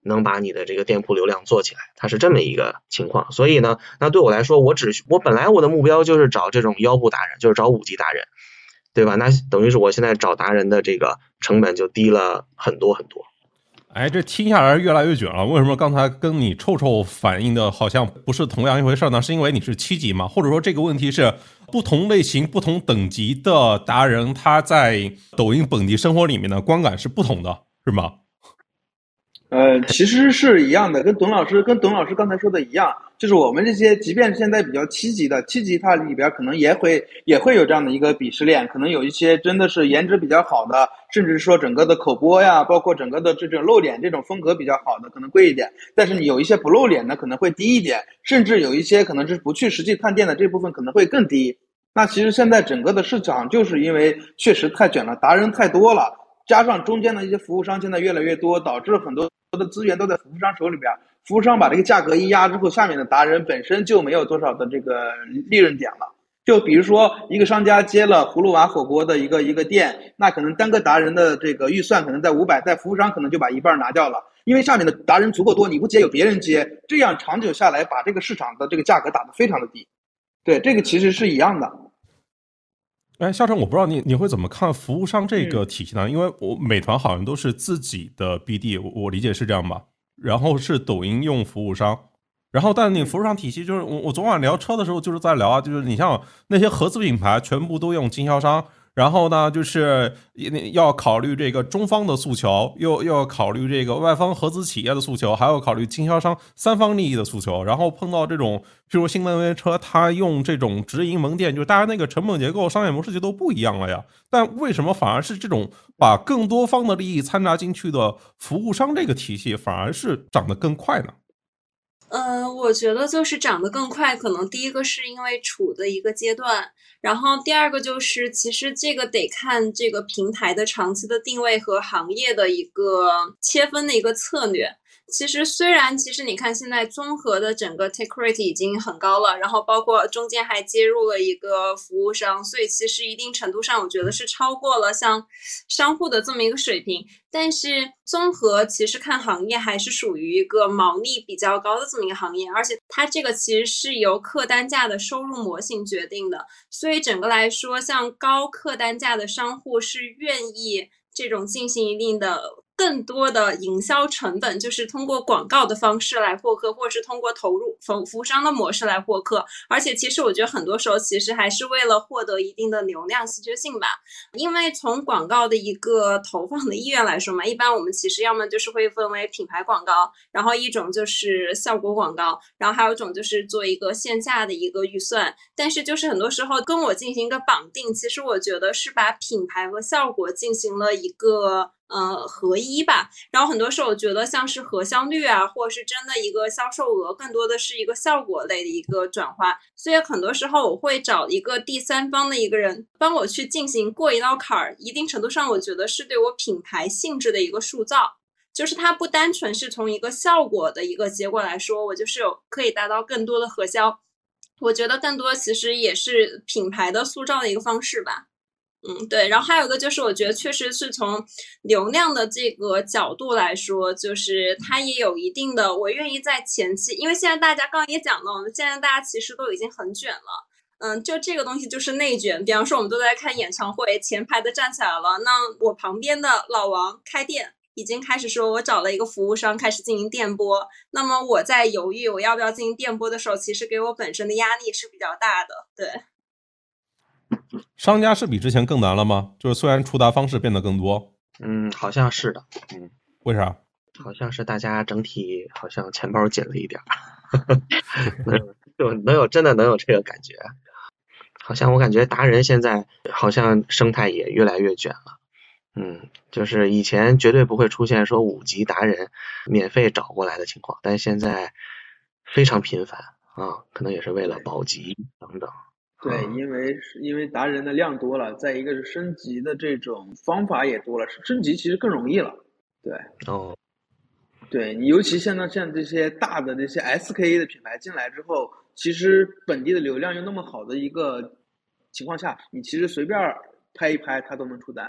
能把你的这个店铺流量做起来，它是这么一个情况。所以呢，那对我来说，我只我本来我的目标就是找这种腰部达人，就是找五级达人，对吧？那等于是我现在找达人的这个成本就低了很多很多。 哎，这听下来越来越卷了。为什么刚才跟你臭臭反映的好像不是同样一回事呢？是因为你是七级吗？或者说这个问题是不同类型、不同等级的达人，他在抖音本地生活里面的观感是不同的，是吗？ 呃，其实是一样的，跟董老师跟董老师刚才说的一样，就是我们这些，即便现在比较七级的，七级它里边可能也会也会有这样的一个鄙视链，可能有一些真的是颜值比较好的，甚至说整个的口播呀，包括整个的这种露脸这种风格比较好的，可能贵一点，但是你有一些不露脸的可能会低一点，甚至有一些可能是不去实际探店的这部分可能会更低。那其实现在整个的市场就是因为确实太卷了，达人太多了，加上中间的一些服务商现在越来越多，导致很多的资源都在服务商手里边，服务商把这个价格一压之后，下面的达人本身就没有多少的这个利润点了。就比如说一个商家接了葫芦娃火锅的一个一个店，那可能单个达人的这个预算可能在五百，在服务商可能就把一半拿掉了，因为下面的达人足够多，你不接有别人接，这样长久下来把这个市场的这个价格打得非常的低。对，这个其实是一样的。 哎，肖晨，我不知道你你会怎么看服务商这个体系呢？嗯、因为我美团好像都是自己的 B D， 我, 我理解是这样吧？然后是抖音用服务商，然后但你服务商体系就是我我昨晚聊车的时候就是在聊啊，就是你像那些合资品牌全部都用经销商。然后呢，就是要考虑这个中方的诉求，又又要考虑这个外方合资企业的诉求，还要考虑经销商三方利益的诉求。然后碰到这种，譬如新能源车，它用这种直营门店，就是大家那个成本结构、商业模式就都不一样了呀。但为什么反而是这种把更多方的利益掺杂进去的服务商这个体系，反而是涨得更快呢？ 呃，我觉得就是涨得更快，可能第一个是因为处的一个阶段，然后第二个就是其实这个得看这个平台的长期的定位和行业的一个切分的一个策略。其实虽然其实你看现在综合的整个 take rate 已经很高了，然后包括中间还接入了一个服务商，所以其实一定程度上我觉得是超过了像商户的这么一个水平，但是综合其实看行业还是属于一个毛利比较高的这么一个行业，而且它这个其实是由客单价的收入模型决定的，所以整个来说像高客单价的商户是愿意这种进行一定的更多的营销成本，就是通过广告的方式来获客，或者是通过投入服务商的模式来获客。而且其实我觉得很多时候其实还是为了获得一定的流量稀缺性吧。因为从广告的一个投放的意愿来说嘛，一般我们其实要么就是会分为品牌广告，然后一种就是效果广告，然后还有一种就是做一个线下的一个预算。但是就是很多时候跟我进行一个绑定，其实我觉得是把品牌和效果进行了一个呃，合一吧。然后很多时候我觉得像是核销率啊，或者是真的一个销售额，更多的是一个效果类的一个转化。所以很多时候我会找一个第三方的一个人帮我去进行过一道坎儿，一定程度上我觉得是对我品牌性质的一个塑造。就是它不单纯是从一个效果的一个结果来说，我就是有可以达到更多的核销。我觉得更多其实也是品牌的塑造的一个方式吧。嗯，对，然后还有一个就是我觉得确实是从流量的这个角度来说，就是它也有一定的，我愿意在前期，因为现在大家刚刚也讲到，我们现在大家其实都已经很卷了，嗯，就这个东西就是内卷。比方说我们都在看演唱会，前排的站起来了，那我旁边的老王开店已经开始说我找了一个服务商开始进行电播，那么我在犹豫我要不要进行电播的时候，其实给我本身的压力是比较大的。对， 商家是比之前更难了吗？就是虽然触达方式变得更多， 嗯，好像是的，嗯， 为啥？ 好像是大家整体好像钱包紧了一点能就能有真的能有这个感觉，好像我感觉达人现在好像生态也越来越卷了。嗯，就是以前绝对不会出现说五级达人免费找过来的情况，但现在非常频繁啊，可能也是为了保级等等。 对，因为因为达人的量多了，再一个是升级的这种方法也多了，升级其实更容易了。对， 哦， 对你尤其现在像这些大的这些 S K A 的品牌进来之后，其实本地的流量又那么好的一个情况下，你其实随便拍一拍它都能出单。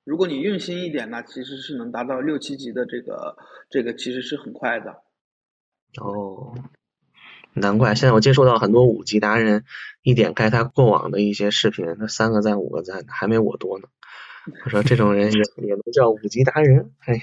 如果你用心一点呢，其实是能达到六七级的这个这个其实是很快的。 哦，难怪现在我接触到很多五级达人，一点开他过往的一些视频，他三个赞五个赞的，还没我多呢。我说这种人也也能叫五级达人，哎，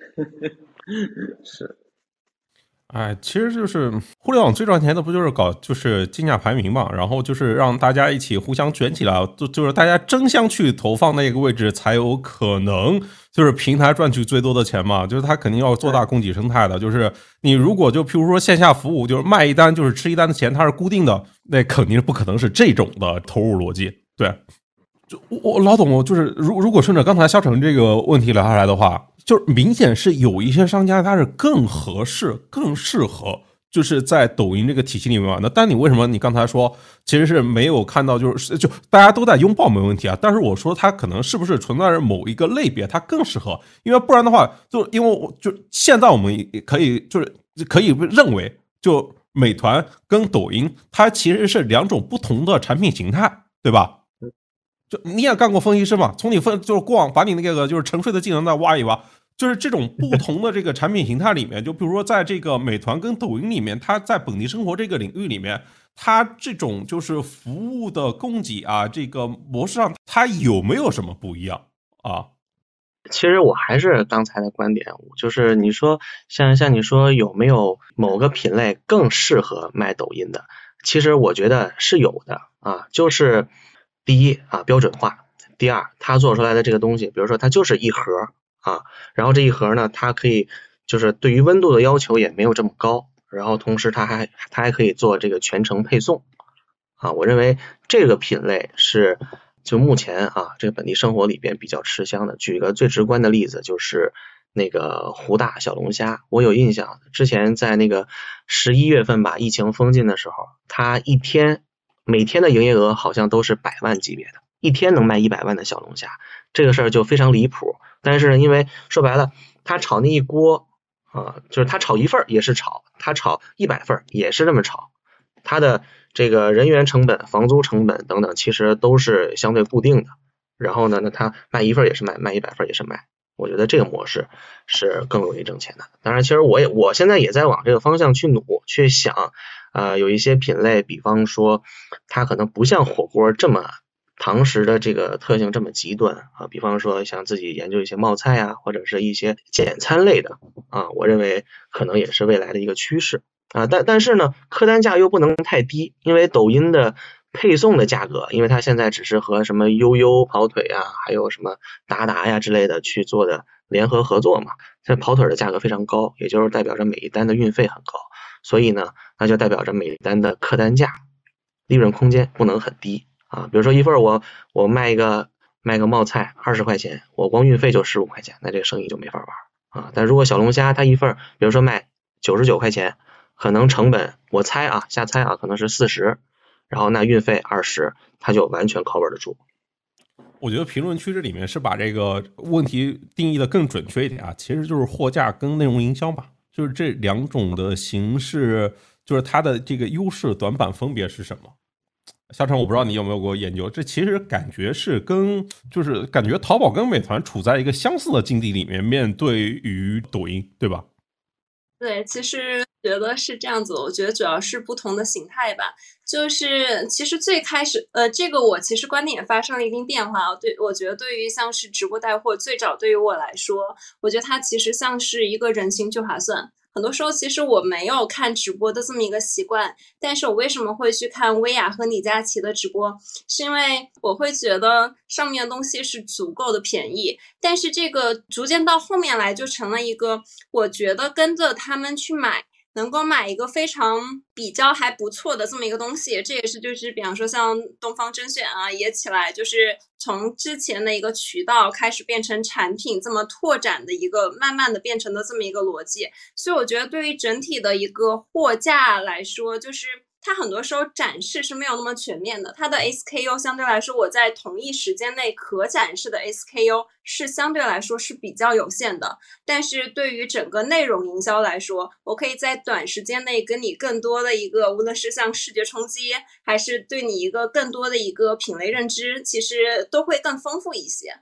是。 哎，其实就是互联网最赚钱的不就是搞就是竞价排名嘛，然后就是让大家一起互相卷起来，就就是大家争相去投放那个位置，才有可能就是平台赚取最多的钱嘛。就是他肯定要做大供给生态的，就是你如果就譬如说线下服务，就是卖一单就是吃一单的钱，它是固定的，那肯定不可能是这种的投入逻辑。对，就我老董，就是如如果顺着刚才肖成这个问题聊下来的话，就是明显是有一些商家他是更合适、更适合，就是在抖音这个体系里面玩的。但你为什么你刚才说其实是没有看到，就是就大家都在拥抱没问题啊，但是我说它可能是不是存在着某一个类别它更适合？因为不然的话，就因为我就现在我们可以就是可以认为，就美团跟抖音它其实是两种不同的产品形态，对吧？就你也干过分析师嘛，从你分就是过往把你那个就是沉睡的技能再挖一挖，就是这种不同的这个产品形态里面，就比如说在这个美团跟抖音里面，它在本地生活这个领域里面，它这种就是服务的供给啊，这个模式上它有没有什么不一样啊？ 其实我还是刚才的观点，就是你说像像你说有没有某个品类更适合卖抖音的？其实我觉得是有的啊，就是第一啊标准化，第二它做出来的这个东西，比如说它就是一盒啊，然后这一盒呢，它可以就是对于温度的要求也没有这么高，然后同时它还它还可以做这个全程配送啊，我认为这个品类是就目前啊这个本地生活里边比较吃香的。举一个最直观的例子，就是那个湖大小龙虾，我有印象，之前在那个十一月份吧，疫情封禁的时候，它一天每天的营业额好像都是百万级别的，一天能卖一百万的小龙虾，这个事儿就非常离谱。但是因为说白了，他炒那一锅啊，就是他炒一份也是炒，他炒一百份也是这么炒，他的这个人员成本、房租成本等等，其实都是相对固定的。然后呢，那他卖一份也是卖，卖一百份也是卖。我觉得这个模式是更容易挣钱的。当然，其实我也我现在也在往这个方向去努，去想，呃，有一些品类，比方说它可能不像火锅这么堂食的这个特性这么极端啊，比方说像自己研究一些冒菜啊，或者是一些简餐类的啊，我认为可能也是未来的一个趋势啊。但但是呢，客单价又不能太低，因为抖音的配送的价格，因为它现在只是和什么悠悠跑腿啊，还有什么达达呀之类的去做的联合合作嘛，这跑腿的价格非常高，也就是代表着每一单的运费很高，所以呢，那就代表着每一单的客单价利润空间不能很低啊。比如说一份我我卖一个卖个冒菜二十块钱，我光运费就十五块钱，那这个生意就没法玩啊。但如果小龙虾它一份比如说卖九十九块钱，可能成本我猜啊瞎猜啊可能是四十，然后那运费二十，它就完全 cover 得住。 我觉得评论区这里面是把这个问题定义的更准确一点啊，其实就是货架跟内容营销吧，就是这两种的形式，就是它的这个优势短板分别是什么？夏成，我不知道你有没有过研究，这其实感觉是跟就是感觉淘宝跟美团处在一个相似的境地里面，面对于抖音，对吧？ 对，其实觉得是这样子，我觉得主要是不同的形态吧。就是其实最开始，呃，这个我其实观点也发生了一定变化。对，我觉得对于像是直播带货，最早对于我来说，我觉得它其实像是一个人形聚划算。很多时候其实我没有看直播的这么一个习惯，但是我为什么会去看薇娅和李佳琦的直播，是因为我会觉得上面的东西是足够的便宜，但是这个逐渐到后面来就成了一个我觉得跟着他们去买能够买一个非常比较还不错的这么一个东西，这也是就是比方说像东方甄选啊也起来，就是从之前的一个渠道开始变成产品这么拓展的一个慢慢的变成的这么一个逻辑。所以我觉得对于整体的一个货架来说，就是它很多时候展示是没有那么全面的，它的 S K U 相对来说我在同一时间内可展示的 S K U 是相对来说是比较有限的，但是对于整个内容营销来说，我可以在短时间内跟你更多的一个无论是像视觉冲击还是对你一个更多的一个品类认知，其实都会更丰富一些。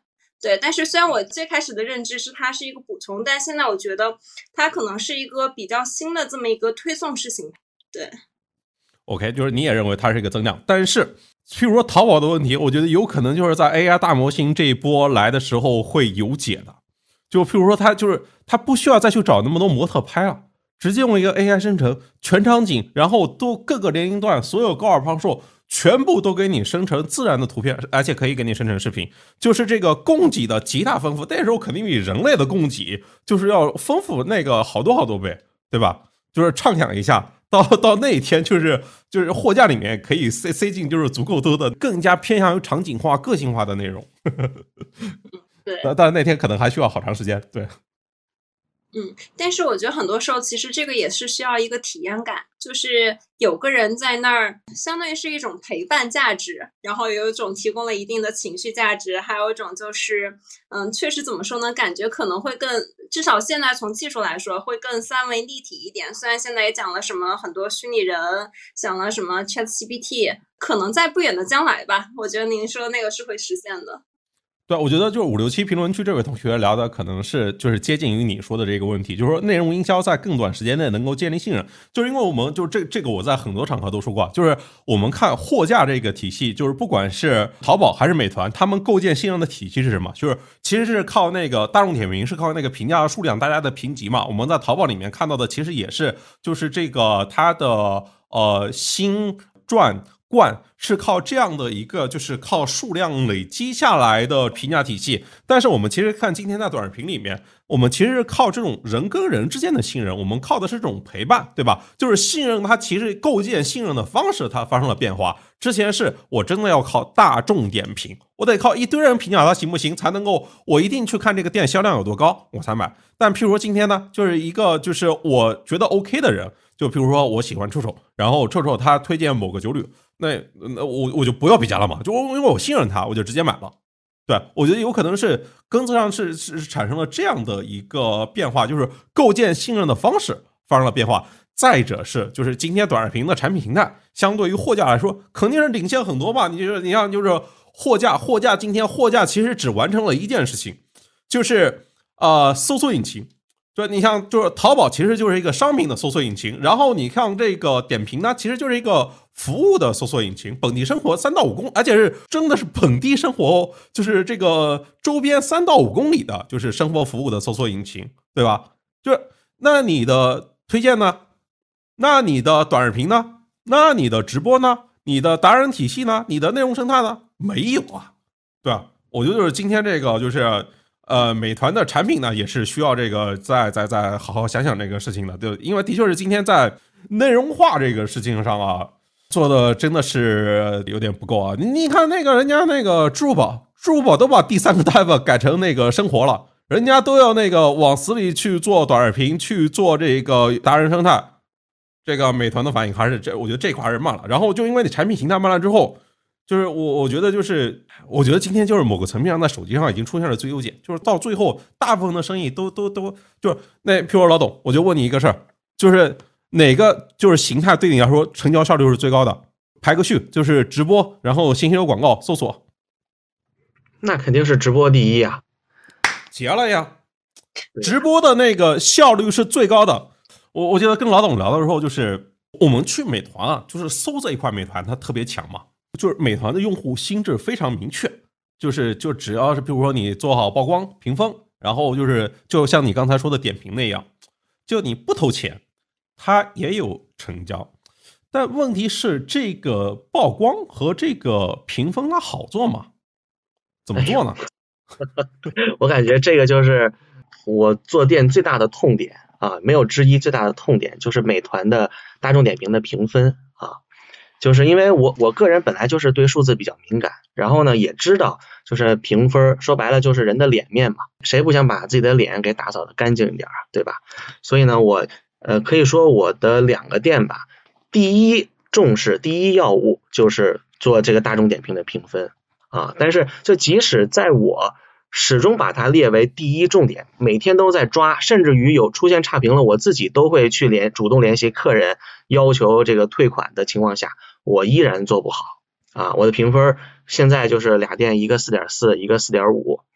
对，但是虽然我最开始的认知是它是一个补充，但现在我觉得它可能是一个比较新的这么一个推送式形态。对 ，OK， 就是你也认为它是一个增量，但是譬如说淘宝的问题，我觉得有可能就是在 A I 大模型这一波来的时候会有解的。就譬如说它就是它不需要再去找那么多模特拍了，直接用一个 A I 生成全场景，然后都各个年龄段所有高尔胖瘦全部都给你生成自然的图片，而且可以给你生成视频，就是这个供给的极大丰富。那时候肯定比人类的供给就是要丰富那个好多好多倍，对吧？就是畅想一下，到到那一天，就是就是货架里面可以塞塞进就是足够多的更加偏向于场景化、个性化的内容。 对， 但但那天可能还需要好长时间，对。 嗯，但是我觉得很多时候其实这个也是需要一个体验感，就是有个人在那儿，相当于是一种陪伴价值，然后有一种提供了一定的情绪价值，还有一种就是，嗯，确实怎么说呢，感觉可能会更，至少现在从技术来说会更三维立体一点。虽然现在也讲了什么很多虚拟人，讲了什么 ChatGPT， 可能在不远的将来吧，我觉得您说那个是会实现的。 对，我觉得就是五六七评论区这位同学聊的可能是就是接近于你说的这个问题，就是说内容营销在更短时间内能够建立信任，就是因为我们就这这个我在很多场合都说过，就是我们看货架这个体系，就是不管是淘宝还是美团，他们构建信任的体系是什么？就是其实是靠那个大众点评，是靠那个评价数量，大家的评级嘛。我们在淘宝里面看到的其实也是就是这个它的呃新赚。冠是靠这样的一个就是靠数量累积下来的评价体系，但是我们其实看今天在短视频里面，我们其实是靠这种人跟人之间的信任，我们靠的是这种陪伴，对吧？就是信任它其实构建信任的方式它发生了变化，之前是我真的要靠大众点评，我得靠一堆人评价它行不行才能够我一定去看这个店销量有多高我才买，但譬如说今天呢，就是一个就是我觉得 OK 的人，就譬如说我喜欢臭臭，然后臭臭他推荐某个酒旅，那那我我就不要比价了嘛，就因为我信任他，我就直接买了。对，我觉得有可能是根子上是是产生了这样的一个变化，就是构建信任的方式发生了变化。再者是，就是今天短视频的产品形态相对于货架来说，肯定是领先很多吧？你就是你像就是货架，货架今天货架其实只完成了一件事情，就是呃搜索引擎。对，你像就是淘宝其实就是一个商品的搜索引擎，然后你看这个点评呢，其实就是一个服务的搜索引擎，本地生活三到五公，而且是真的是本地生活哦，就是这个周边三到五公里的，就是生活服务的搜索引擎，对吧？就是那你的推荐呢？那你的短视频呢？那你的直播呢？你的达人体系呢？你的内容生态呢？没有啊，对吧？我觉得就是今天这个就是。呃，美团的产品呢，也是需要这个再再再好好想想这个事情的，对，因为的确是今天在内容化这个事情上啊，做的真的是有点不够啊。你你看那个人家那个支付宝，支付宝都把第三个 tab 改成那个生活了，人家都要那个往死里去做短视频，去做这个达人生态。这个美团的反应还是这，我觉得这块还是慢了。然后就因为你产品形态慢了之后。就是我，我觉得就是，我觉得今天就是某个层面上在手机上已经出现了最优解，就是到最后大部分的生意都都都就是那，譬如说老董，我就问你一个事儿，就是哪个就是形态对你来说成交效率是最高的？排个序，就是直播，然后信息流广告搜索， 那肯定是直播第一啊， 结了呀，直播的那个效率是最高的。我我记得跟老董聊的时候，就是我们去美团啊，就是搜这一块，美团它特别强嘛。就是美团的用户心智非常明确，就是就只要是比如说你做好曝光评分，然后就是就像你刚才说的点评那样，就你不投钱它也有成交。但问题是这个曝光和这个评分它好做吗？怎么做呢？ 我感觉这个就是我做店最大的痛点啊，没有之一，最大的痛点就是美团的大众点评的评分啊。就是因为我我个人本来就是对数字比较敏感，然后呢也知道就是评分说白了就是人的脸面嘛，谁不想把自己的脸给打扫的干净一点，对吧？所以呢我呃可以说我的两个店吧，第一重视第一要务就是做这个大众点评的评分啊，但是就即使在我始终把它列为第一重点，每天都在抓，甚至于有出现差评了，我自己都会去联主动联系客人要求这个退款的情况下，我依然做不好啊！我的评分现在就是俩店，一个 四点四， 一个 四点五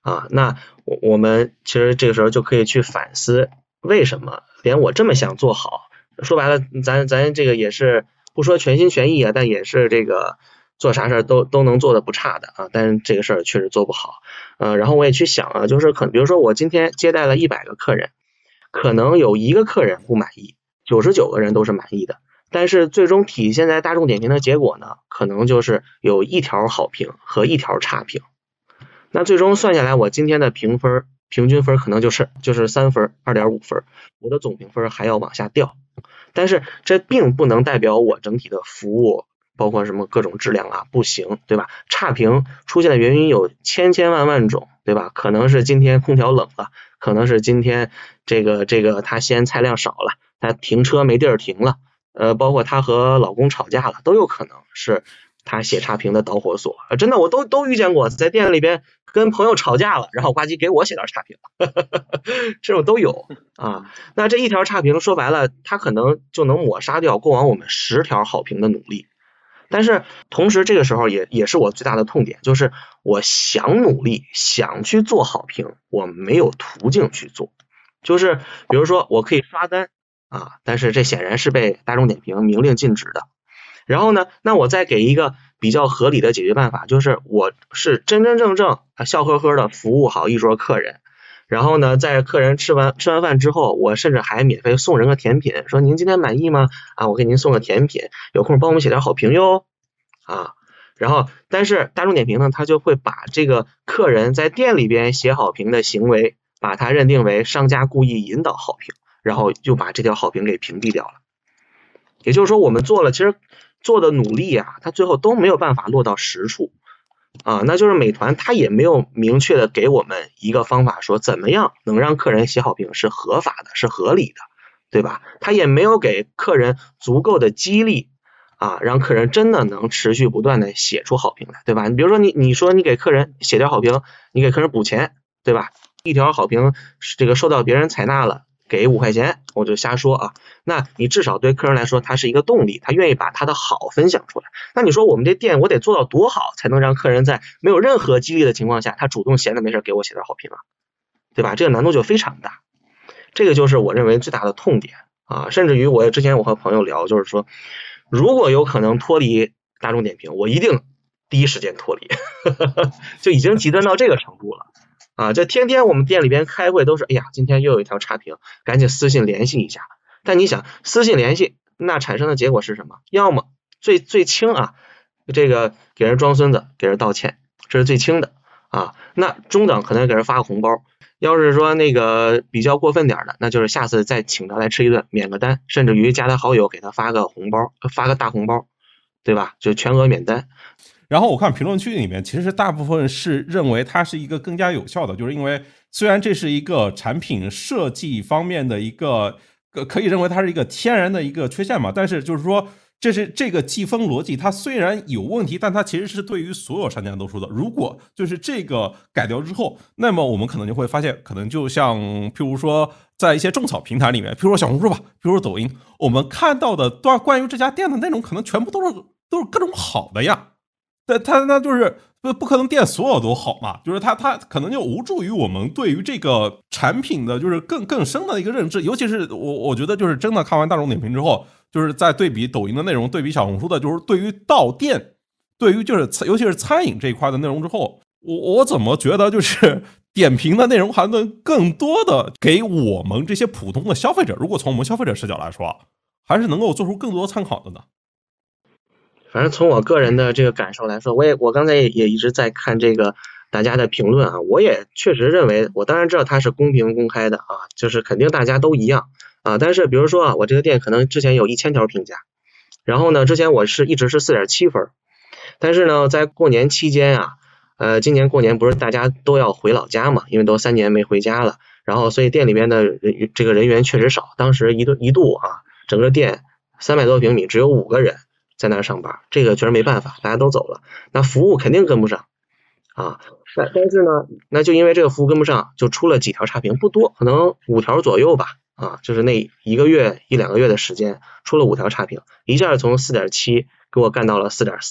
啊，那我我们其实这个时候就可以去反思，为什么连我这么想做好，说白了，咱咱这个也是不说全心全意啊，但也是这个做啥事儿都都能做的不差的啊，但是这个事儿确实做不好。呃，然后我也去想啊，就是可能比如说我今天接待了一百个客人，可能有一个客人不满意，九十九个人都是满意的，但是最终体现在大众点评的结果呢，可能就是有一条好评和一条差评。那最终算下来，我今天的评分平均分可能就是就是三分 二点五 分，我的总评分还要往下掉。但是这并不能代表我整体的服务包括什么各种质量啊不行，对吧？差评出现的原因有千千万万种，对吧？可能是今天空调冷了，可能是今天这个这个他西安菜量少了，他停车没地儿停了，呃，包括他和老公吵架了，都有可能是他写差评的导火索。呃、真的我都都遇见过，在店里边跟朋友吵架了，然后呱唧给我写点差评，呵呵呵，这种都有啊。那这一条差评说白了，他可能就能抹杀掉过往我们十条好评的努力。但是同时这个时候也也是我最大的痛点，就是我想努力想去做好评，我没有途径去做。就是比如说我可以刷单啊，但是这显然是被大众点评明令禁止的。然后呢，那我再给一个比较合理的解决办法，就是我是真真正正笑呵呵的服务好一桌客人，然后呢，在客人吃完吃完饭之后，我甚至还免费送人个甜品，说您今天满意吗？啊，我给您送个甜品，有空帮我们写点好评哟。啊，然后但是大众点评呢，他就会把这个客人在店里边写好评的行为，把它认定为商家故意引导好评，然后就把这条好评给屏蔽掉了。也就是说，我们做了其实做的努力啊，它最后都没有办法落到实处啊。那就是美团它也没有明确的给我们一个方法，说怎么样能让客人写好评是合法的，是合理的，对吧？它也没有给客人足够的激励啊，让客人真的能持续不断的写出好评来，对吧？你比如说你你说你给客人写条好评，你给客人补钱，对吧？一条好评这个受到别人采纳了，给五块钱，我就瞎说啊。那你至少对客人来说，他是一个动力，他愿意把他的好分享出来。那你说我们这店我得做到多好，才能让客人在没有任何激励的情况下，他主动闲着没事给我写点好评啊，对吧？这个难度就非常大。这个就是我认为最大的痛点啊。甚至于我之前我和朋友聊，就是说如果有可能脱离大众点评，我一定第一时间脱离就已经极端到这个程度了啊！这天天我们店里边开会都是，哎呀，今天又有一条差评，赶紧私信联系一下。但你想私信联系，那产生的结果是什么？要么最最轻啊，这个给人装孙子，给人道歉，这是最轻的啊。那中等可能给人发个红包，要是说那个比较过分点的，那就是下次再请他来吃一顿，免个单，甚至于加他好友给他发个红包，发个大红包，对吧？就全额免单。 然后我看评论区里面，其实大部分是认为它是一个更加有效的，就是因为虽然这是一个产品设计方面的一个，可以认为它是一个天然的一个缺陷嘛，但是就是说这是这个计分逻辑，它虽然有问题，但它其实是对于所有商家都说的。如果就是这个改掉之后，那么我们可能就会发现，可能就像譬如说在一些种草平台里面，譬如说小红书吧，譬如说抖音，我们看到的段关于这家店的内容，可能全部都是都是各种好的呀。但它那就是不不可能店所有都好嘛，就是它它可能就无助于我们对于这个产品的就是更更深的一个认知。尤其是我我觉得就是真的看完大众点评之后，就是在对比抖音的内容，对比小红书的，就是对于到店，对于就是尤其是餐饮这一块的内容之后，我我怎么觉得就是点评的内容还能更多的给我们这些普通的消费者，如果从我们消费者视角来说，还是能够做出更多参考的呢？ 反正从我个人的这个感受来说，我也我刚才也也一直在看这个大家的评论啊，我也确实认为，我当然知道它是公平公开的啊，就是肯定大家都一样啊。但是比如说啊，我这个店可能之前有一千条评价，然后呢，之前我是一直是 四点七 分，但是呢，在过年期间啊，呃，今年过年不是大家都要回老家嘛，因为都三年没回家了，然后所以店里边的人这个人员确实少，当时一度一度啊，整个店三百多平米只有五个人在那儿上班，这个确实没办法，大家都走了，那服务肯定跟不上啊。但但是呢，那就因为这个服务跟不上，就出了几条差评，不多，可能五条左右吧啊，就是那一个月一两个月的时间出了五条差评，一下从 四点七 给我干到了 四点四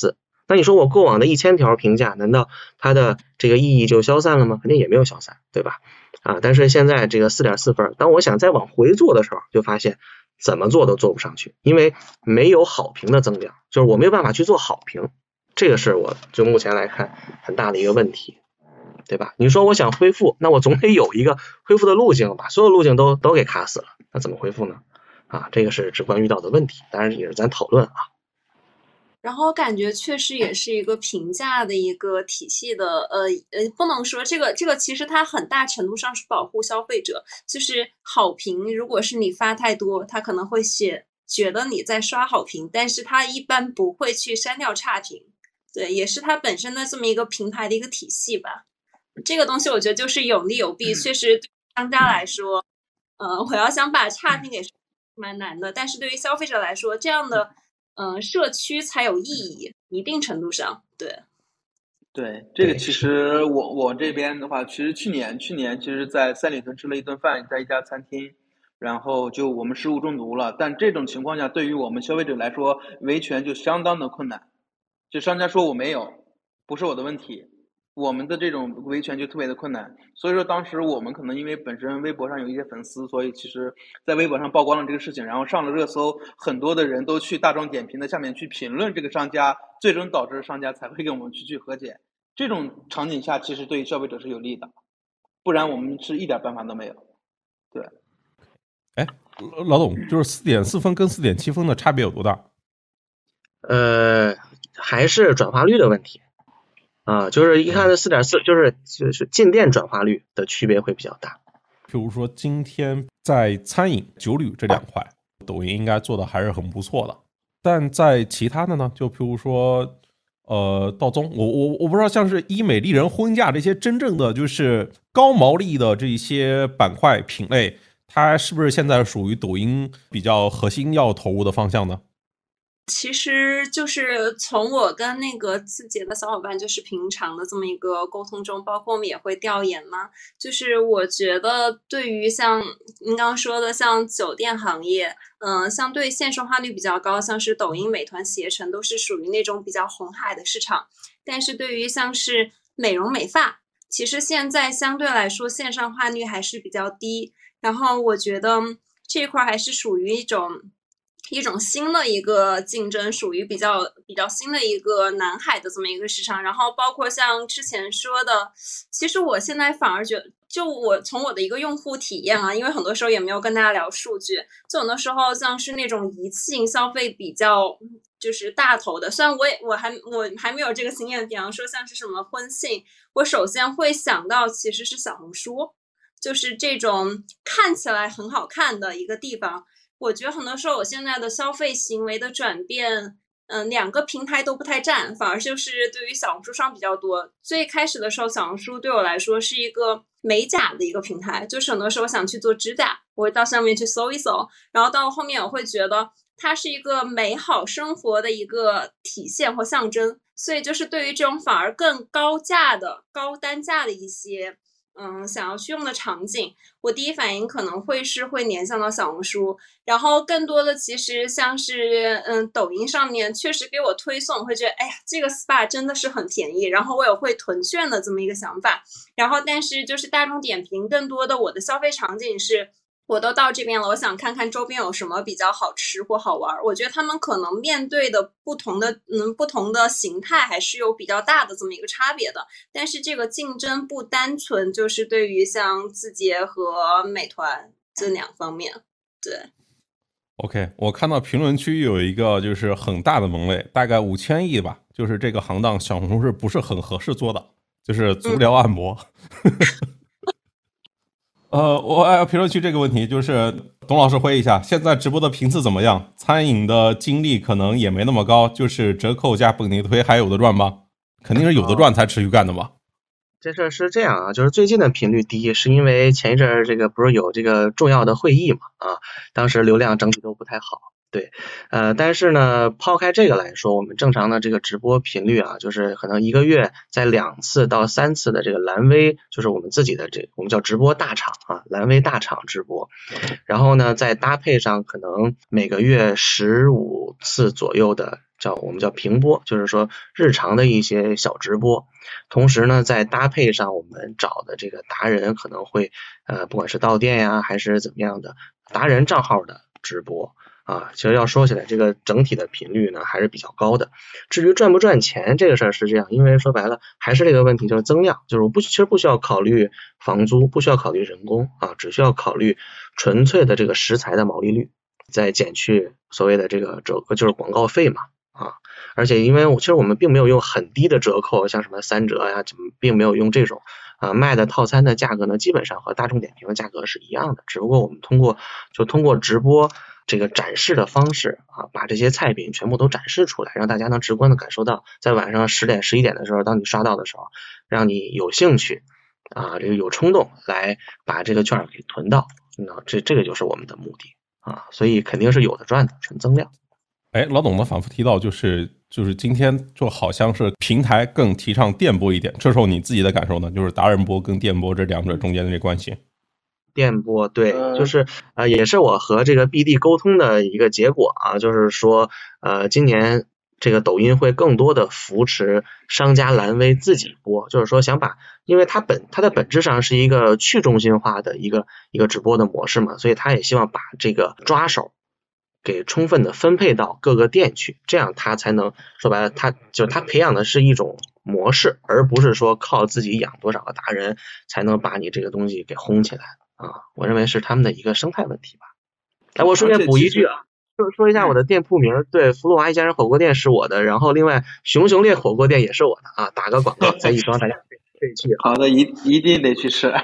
那你说我过往的一千条评价，难道它的这个意义就消散了吗？肯定也没有消散，对吧？啊，但是现在这个 四点四 分，当我想再往回做的时候，就发现怎么做都做不上去，因为没有好评的增量，就是我没有办法去做好评，这个是我就目前来看很大的一个问题，对吧？你说我想恢复，那我总得有一个恢复的路径，把所有路径都都给卡死了，那怎么恢复呢？啊，这个是直观遇到的问题，当然也是咱讨论啊。 然后我感觉确实也是一个评价的一个体系的，呃呃，不能说这个这个其实它很大程度上是保护消费者，就是好评，如果是你发太多，他可能会写觉得你在刷好评，但是他一般不会去删掉差评，对，也是它本身的这么一个平台的一个体系吧。这个东西我觉得就是有利有弊，确实对商家来说，呃，我要想把差评给蛮难的，但是对于消费者来说，这样的。嗯、呃，社区才有意义，一定程度上，对。 对，这个其实我我这边的话，其实去年去年其实，在三里屯吃了一顿饭，在一家餐厅，然后就我们食物中毒了。但这种情况下，对于我们消费者来说，维权就相当的困难。就商家说我没有，不是我的问题。我们的这种维权就特别的困难，所以说当时我们可能因为本身微博上有一些粉丝，所以其实在微博上曝光了这个事情，然后上了热搜，很多的人都去大众点评的下面去评论这个商家，最终导致商家才会跟我们去去和解。这种场景下其实对于消费者是有利的，不然我们是一点办法都没有。对， 哎，老董，就是四点四分跟四点七分的差别有多大？ 呃，还是转化率的问题。啊，就是一看这 四点四 就是就是进店转化率的区别会比较大。 譬如说今天在餐饮酒旅这两块，抖音应该做的还是很不错的，但在其他的呢，就譬如说呃道宗，我我我不知道像是医美丽人婚嫁这些真正的就是高毛利的这些板块品类，它是不是现在属于抖音比较核心要投入的方向呢？ 其实就是从我跟那个字节的小伙伴就是平常的这么一个沟通中，包括我们也会调研嘛，就是我觉得对于像您刚刚说的像酒店行业，嗯、呃，相对线上化率比较高，像是抖音、美团、携程都是属于那种比较红海的市场，但是对于像是美容美发，其实现在相对来说线上化率还是比较低，然后我觉得这一块还是属于一种一种新的一个竞争，属于比较比较新的一个南海的这么一个市场。然后包括像之前说的，其实我现在反而觉得，就我从我的一个用户体验啊，因为很多时候也没有跟大家聊数据，就很多时候像是那种一次性消费比较就是大头的，虽然我也我还我还没有这个经验，比方说像是什么婚庆，我首先会想到其实是小红书，就是这种看起来很好看的一个地方。我觉得很多时候我现在的消费行为的转变，嗯，两个平台都不太占，反而就是对于小红书上比较多。最开始的时候，小红书对我来说是一个美甲的一个平台，就是很多时候想去做指甲，我会到上面去搜一搜，然后到后面我会觉得它是一个美好生活的一个体现或象征，所以就是对于这种反而更高价的、高单价的一些。嗯，想要去用的场景，我第一反应可能会是会联想到小红书，然后更多的其实像是嗯抖音上面确实给我推送，会觉得哎呀这个 S P A 真的是很便宜，然后我也会囤券的这么一个想法，然后但是就是大众点评更多的我的消费场景是。我都到这边了，我想看看周边有什么比较好吃或好玩。我觉得他们可能面对的不同的嗯不同的形态还是有比较大的这么一个差别的。但是这个竞争不单纯就是对于像字节和美团这两方面。对。 OK， 我看到评论区有一个就是很大的门类，大概五千亿吧，就是这个行当小红书是不是很合适做的？就是足疗按摩。嗯呃，我评论区这个问题就是董老师回忆一下，现在直播的频次怎么样？餐饮的精力可能也没那么高，就是折扣加本地推还有的赚吗？肯定是有的赚才持续干的嘛。 这事是这样啊，就是最近的频率低，是因为前一阵这个不是有这个重要的会议嘛啊，当时流量整体都不太好对，呃，但是呢，抛开这个来说，我们正常的这个直播频率啊，就是可能一个月在两次到三次的这个蓝 V， 就是我们自己的这我们叫直播大场啊，蓝 V 大场直播，然后呢，再搭配上可能每个月十五次左右的叫我们叫平播，就是说日常的一些小直播，同时呢，再搭配上我们找的这个达人可能会呃，不管是到店呀还是怎么样的达人账号的直播。啊，其实要说起来，这个整体的频率呢还是比较高的。至于赚不赚钱这个事儿是这样，因为说白了还是这个问题，就是增量，就是我不其实不需要考虑房租，不需要考虑人工啊，只需要考虑纯粹的这个食材的毛利率，再减去所谓的这个折就是广告费嘛啊。而且因为其实我们并没有用很低的折扣，像什么三折呀，并没有用这种啊，卖的套餐的价格呢，基本上和大众点评的价格是一样的，只不过我们通过就通过直播这个展示的方式啊，把这些菜品全部都展示出来，让大家能直观的感受到，在晚上十点十一点的时候，当你刷到的时候，让你有兴趣啊，这个有冲动来把这个券给囤到，那这这个就是我们的目的啊，所以肯定是有的赚的，纯增量。 哎，老董呢反复提到，就是就是今天就好像是平台更提倡电播一点，这时候你自己的感受呢？就是达人播跟电播这两者中间的这关系。 电波对，就是呃，也是我和这个 B D 沟通的一个结果啊，就是说呃，今年这个抖音会更多的扶持商家蓝 V 自己播，就是说想把，因为它本它的本质上是一个去中心化的一个一个直播的模式嘛，所以它也希望把这个抓手给充分的分配到各个店去，这样它才能说白了，它就它培养的是一种模式，而不是说靠自己养多少个达人才能把你这个东西给轰起来。啊，我认为是他们的一个生态问题吧。哎，我顺便补一句啊，说说一下我的店铺名，对，福禄华一家人火锅店是我的，然后另外熊熊烈火锅店也是我的啊，打个广告，再一帮大家可以去。 好的，一一定得去吃。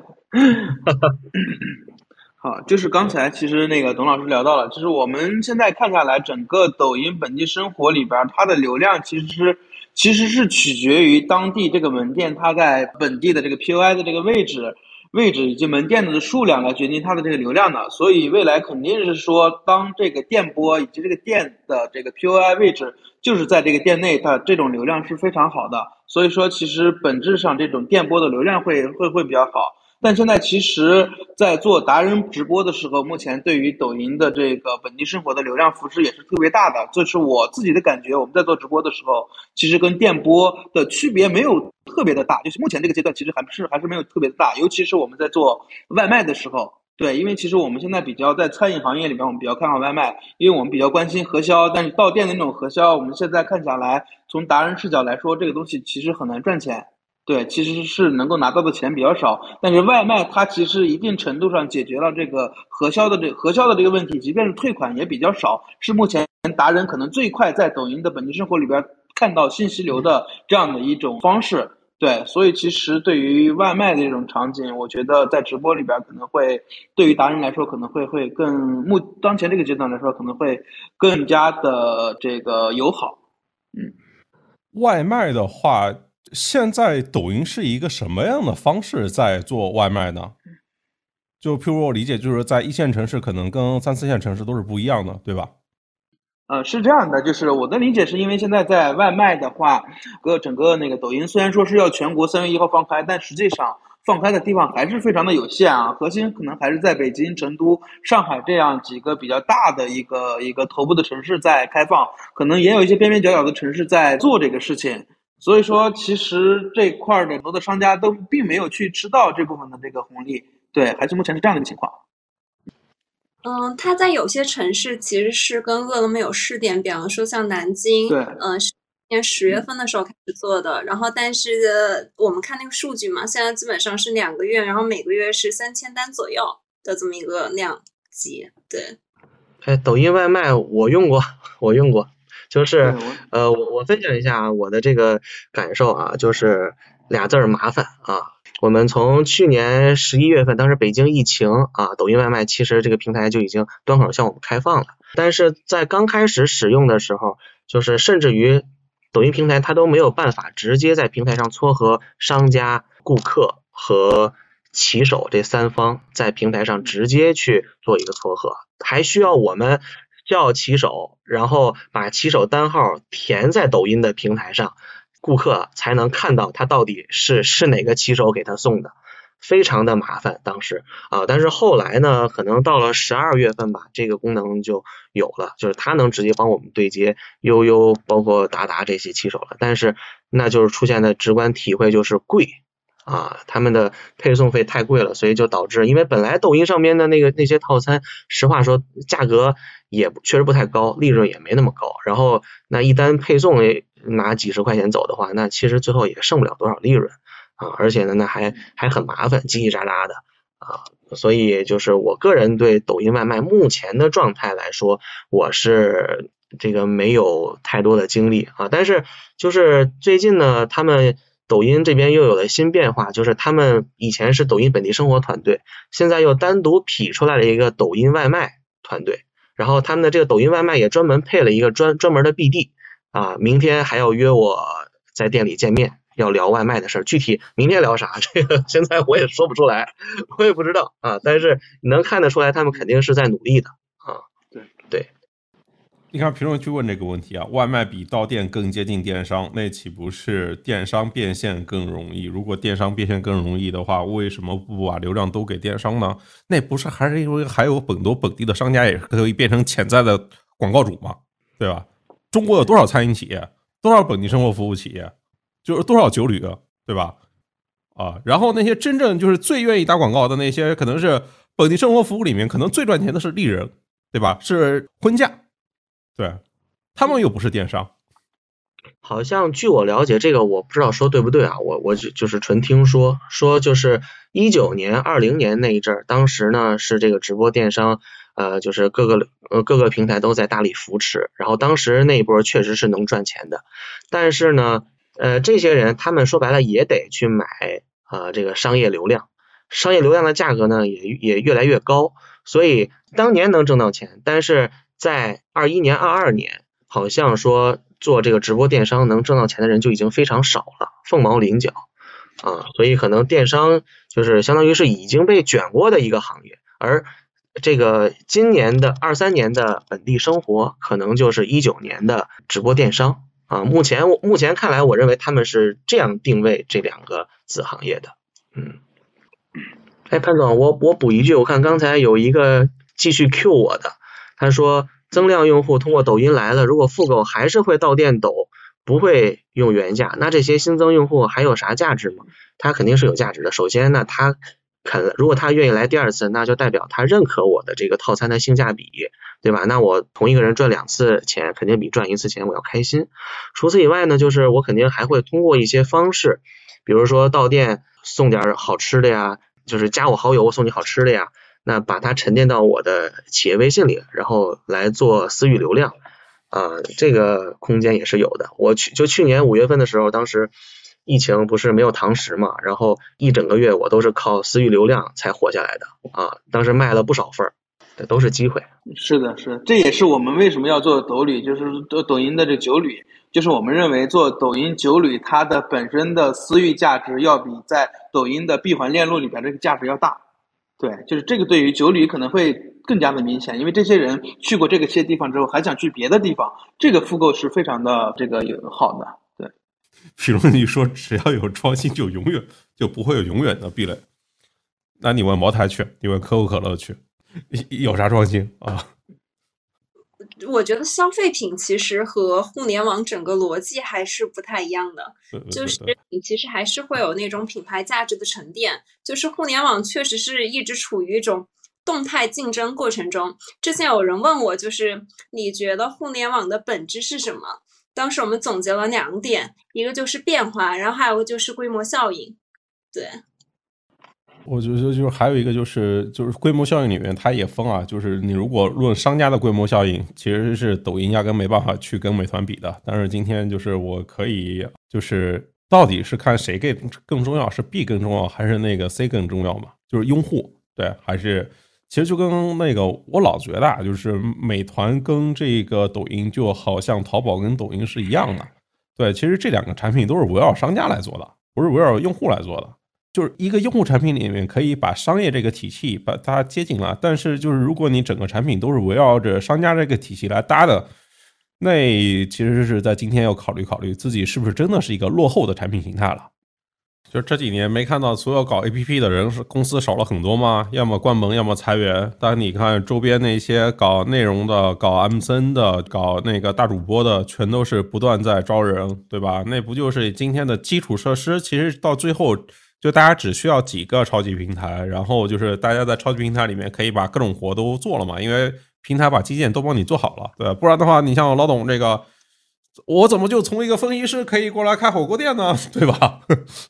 好，就是刚才其实那个董老师聊到了，就是我们现在看下来，整个抖音本地生活里边，它的流量其实是其实是取决于当地这个门店它在本地的这个 P O I 的这个位置。位置以及门店的数量来决定它的这个流量的，所以未来肯定是说，当这个电波以及这个店的这个 P O I 位置就是在这个店内，它这种流量是非常好的。所以说，其实本质上这种电波的流量会会会比较好。但现在其实在做达人直播的时候，目前对于抖音的这个本地生活的流量扶持也是特别大的，这是我自己的感觉。我们在做直播的时候，其实跟电波的区别没有特别的大，就是目前这个阶段其实还是还是没有特别的大，尤其是我们在做外卖的时候。对，因为其实我们现在比较在餐饮行业里面，我们比较看好外卖，因为我们比较关心核销，但是到店的那种核销，我们现在看下来，从达人视角来说，这个东西其实很难赚钱。对，其实是能够拿到的钱比较少，但是外卖它其实一定程度上解决了这个核销的这核销的这个问题，即便是退款也比较少，是目前达人可能最快在抖音的本地生活里边看到信息流的这样的一种方式。对，所以其实对于外卖的这种场景，我觉得在直播里边可能会对于达人来说可能会会更目当前这个阶段来说可能会更加的这个友好。嗯， 外卖的话，现在抖音是一个什么样的方式在做外卖呢？就譬如我理解，就是在一线城市可能跟三四线城市都是不一样的，对吧？ 呃，是这样的，就是我的理解是因为现在在外卖的话，个整个那个抖音虽然说是要全国三月一号放开，但实际上放开的地方还是非常的有限啊，核心可能还是在北京、成都、上海这样几个比较大的一个一个头部的城市在开放，可能也有一些边边角角的城市在做这个事情。所以说，其实这块的很多的商家都并没有去吃到这部分的这个红利，对，还是目前是这样的一个情况。 嗯，它在有些城市其实是跟饿了么有试点，比方说像南京， 对， 嗯，是今年十月份的时候开始做的，然后但是我们看那个数据嘛，现在基本上是两个月，然后每个月是三千单左右的这么一个量级，对。 哎，抖音外卖我用过，我用过。就是呃，我我分享一下我的这个感受啊，就是俩字儿麻烦啊。我们从去年十一月份，当时北京疫情啊，抖音外卖其实这个平台就已经端口向我们开放了，但是在刚开始使用的时候，就是甚至于抖音平台它都没有办法直接在平台上撮合商家、顾客和骑手这三方在平台上直接去做一个撮合，还需要我们叫骑手，然后把骑手单号填在抖音的平台上，顾客才能看到他到底是是哪个骑手给他送的，非常的麻烦当时啊。但是后来呢，可能到了十二月份吧，这个功能就有了，就是它能直接帮我们对接悠悠包括达达这些骑手了。但是那就是出现的直观体会就是贵啊，他们的配送费太贵了，所以就导致，因为本来抖音上面的那个那些套餐，实话说价格也确实不太高，利润也没那么高，然后那一单配送拿几十块钱走的话，那其实最后也剩不了多少利润啊，而且呢那还还很麻烦，叽叽喳喳的啊，所以就是我个人对抖音外卖目前的状态来说，我是这个没有太多的精力啊，但是就是最近呢，他们抖音这边又有了新变化，就是他们以前是抖音本地生活团队，现在又单独匹出来了一个抖音外卖团队，然后他们的这个抖音外卖也专门配了一个专专门的 B D 啊，明天还要约我在店里见面，要聊外卖的事儿，具体明天聊啥，这个现在我也说不出来，我也不知道啊，但是能看得出来他们肯定是在努力的啊。 对对。 你看评论区问这个问题啊，外卖比到店更接近电商，那岂不是电商变现更容易？如果电商变现更容易的话，为什么不把流量都给电商呢？那不是还是因为还有很多本地的商家也可以变成潜在的广告主吗？对吧？中国有多少餐饮企业，多少本地生活服务企业，就是多少酒旅，对吧？啊，然后那些真正就是最愿意打广告的那些，可能是本地生活服务里面可能最赚钱的是丽人，对吧？是婚嫁。对，他们又不是电商。 好像据我了解，这个我不知道说对不对啊，我我就就是纯听说，说就是一九年、二零年那一阵儿，当时呢是这个直播电商，呃，就是各个呃各个平台都在大力扶持，然后当时那一波确实是能赚钱的，但是呢，呃，这些人他们说白了也得去买呃这个商业流量，商业流量的价格呢也也越来越高，所以当年能挣到钱，但是在二一年、二二年，好像说做这个直播电商能挣到钱的人就已经非常少了，凤毛麟角啊，所以可能电商就是相当于是已经被卷过的一个行业，而这个今年的二三年的本地生活，可能就是一九年的直播电商啊。目前目前看来，我认为他们是这样定位这两个子行业的。嗯，哎，潘总，我我补一句，我看刚才有一个继续 Q 我的。他说增量用户通过抖音来了，如果复购还是会到店抖，不会用原价，那这些新增用户还有啥价值吗？他肯定是有价值的。首先呢，他肯如果他愿意来第二次，那就代表他认可我的这个套餐的性价比，对吧？那我同一个人赚两次钱，肯定比赚一次钱我要开心。除此以外呢，就是我肯定还会通过一些方式，比如说到店送点好吃的呀，就是加我好友我送你好吃的呀，那把它沉淀到我的企业微信里，然后来做私域流量啊、呃，这个空间也是有的。我去就去年五月份的时候，当时疫情不是没有堂食嘛，然后一整个月我都是靠私域流量才活下来的啊，当时卖了不少份儿，这都是机会。 是的，是的，这也是我们为什么要做抖旅，就是抖音的这酒旅，就是我们认为做抖音酒旅，它的本身的私域价值要比在抖音的闭环链路里边这个价值要大。对，就是这个对于酒旅可能会更加的明显，因为这些人去过这个些地方之后，还想去别的地方，这个复购是非常的这个有好的。对， 评论里说只要有创新，就永远就不会有永远的壁垒。那你问茅台去，你问可口可乐去，有啥创新啊？ 我觉得消费品其实和互联网整个逻辑还是不太一样的， 对对对对， 就是你其实还是会有那种品牌价值的沉淀，就是互联网确实是一直处于一种动态竞争过程中。之前有人问我，就是你觉得互联网的本质是什么？当时我们总结了两点，一个就是变化，然后还有一个就是规模效应。对。 我觉得就是还有一个就是就是规模效应里面它也分啊，就是你如果论商家的规模效应，其实是抖音压根没办法去跟美团比的。但是今天就是我可以就是到底是看谁更更重要，是 B 更重要还是那个 C 更重要嘛？就是用户对还是其实就跟那个我老觉得啊，就是美团跟这个抖音就好像淘宝跟抖音是一样的。对，其实这两个产品都是围绕商家来做的，不是围绕用户来做的。 就是一个用户产品里面可以把商业这个体系把它接进来，但是就是如果你整个产品都是围绕着商家这个体系来搭的，那其实是在今天要考虑考虑自己是不是真的是一个落后的产品形态了。就这几年没看到所有搞 A P P 的人是公司少了很多吗？要么关门，要么裁员。但你看周边那些搞内容的、搞 M C N 的、搞那个大主播的，全都是不断在招人，对吧？那不就是今天的基础设施？其实到最后，就大家只需要几个超级平台，然后就是大家在超级平台里面可以把各种活都做了嘛，因为平台把基建都帮你做好了，对吧？不然的话，你像老董这个，我怎么就从一个分析师可以过来开火锅店呢？对吧？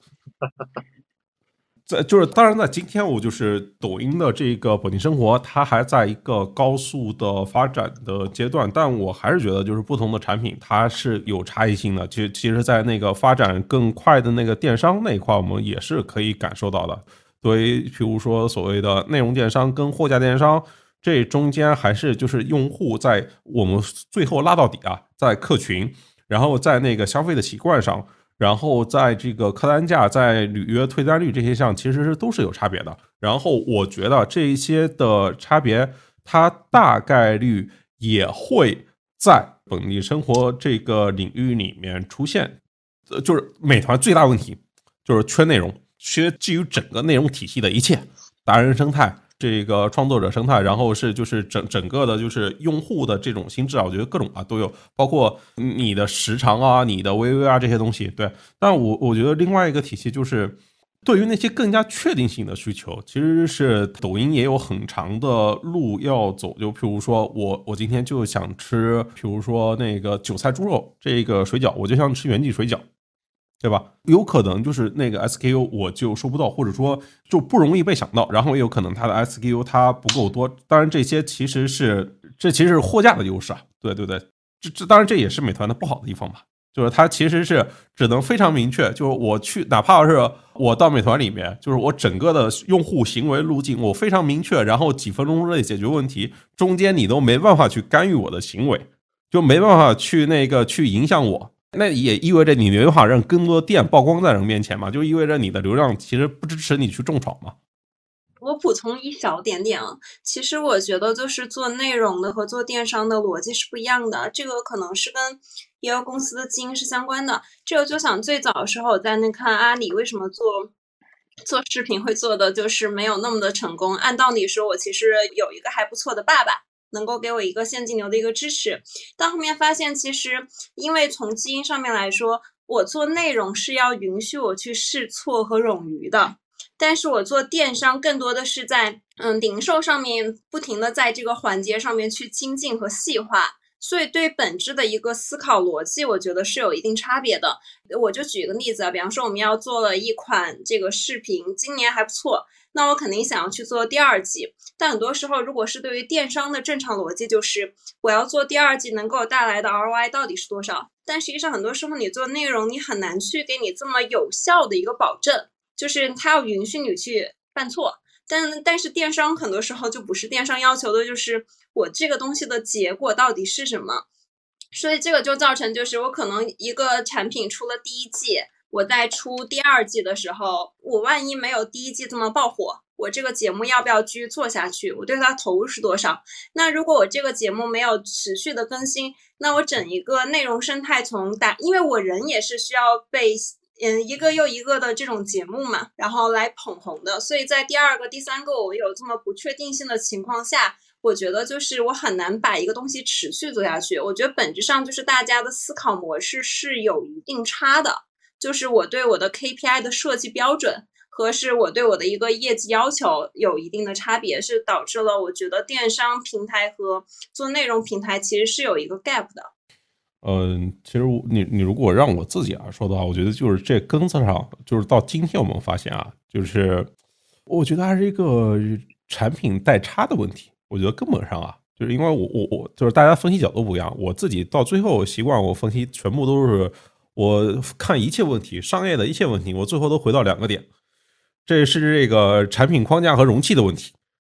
在就是当然在今天我就是抖音的这个本地生活它还在一个高速的发展的阶段，但我还是觉得就是不同的产品它是有差异性的。其实其实在那个发展更快的那个电商那一块我们也是可以感受到的。对于譬如说所谓的内容电商跟货架电商，这中间还是就是用户在我们最后拉到底啊，在客群，然后在那个消费的习惯上，然后在这个客单价、在履约退单率这些上，其实是都是有差别的。然后我觉得这一些的差别，它大概率也会在本地生活这个领域里面出现。呃，就是美团最大问题就是缺内容，缺基于整个内容体系的一切，达人生态。这个创作者生态，然后是就是整整个的，就是用户的这种心智啊，我觉得各种啊都有，包括你的时长啊、你的 V V 啊这些东西。对，但我我觉得另外一个体系就是，对于那些更加确定性的需求，其实是抖音也有很长的路要走。就譬如说我我今天就想吃，譬如说那个韭菜猪肉这个水饺，我就想吃原记水饺。对吧？有可能就是那个 S K U 我就收不到，或者说就不容易被想到，然后也有可能它的 S K U 它不够多。当然这些其实是这其实是货架的优势啊，对对对，这这当然这也是美团的不好的地方吧，就是它其实是只能非常明确，就是我去哪怕是我到美团里面，就是我整个的用户行为路径我非常明确，然后几分钟之内解决问题，中间你都没办法去干预我的行为，就没办法去那个去影响我。那也意味着你没办法让更多店曝光在人面前嘛，就意味着你的流量其实不支持你去种草嘛。 我补充一小点点啊，其实我觉得就是做内容的和做电商的逻辑是不一样的，这个可能是跟一个公司的经营是相关的。这个就想最早的时候我在那看阿里为什么做做视频会做的就是没有那么的成功，按道理说我其实有一个还不错的爸爸能够给我一个现金流的一个支持，但后面发现其实因为从基因上面来说，我做内容是要允许我去试错和冗余的，但是我做电商更多的是在嗯零售上面不停的在这个环节上面去精进和细化，所以对本质的一个思考逻辑我觉得是有一定差别的。我就举一个例子啊，比方说我们要做了一款这个视频，今年还不错，那我肯定想要去做第二季，但很多时候如果是对于电商的正常逻辑就是我要做第二季能够带来的 R O I 到底是多少，但实际上很多时候你做内容你很难去给你这么有效的一个保证，就是它要允许你去犯错，但但是电商很多时候就不是，电商要求的就是我这个东西的结果到底是什么，所以这个就造成就是我可能一个产品出了第一季，我在出第二季的时候，我万一没有第一季这么爆火，我这个节目要不要继续做下去，我对它投入是多少，那如果我这个节目没有持续的更新，那我整一个内容生态从打，因为我人也是需要被嗯一个又一个的这种节目嘛，然后来捧红的，所以在第二个第三个我有这么不确定性的情况下，我觉得就是我很难把一个东西持续做下去。我觉得本质上就是大家的思考模式是有一定差的，就是我对我的 K P I 的设计标准和是我对我的一个业绩要求有一定的差别，是导致了我觉得电商平台和做内容平台其实是有一个 gap 的。 嗯，其实你你如果让我自己啊说的话，我觉得就是这根子上，就是到今天我们发现啊，就是我觉得还是一个产品代差的问题。我觉得根本上啊，就是因为我我我就是大家分析角度不一样，我自己到最后习惯我分析全部都是我看一切问题，商业的一切问题，我最后都回到两个点，这是这个产品框架和容器的问题。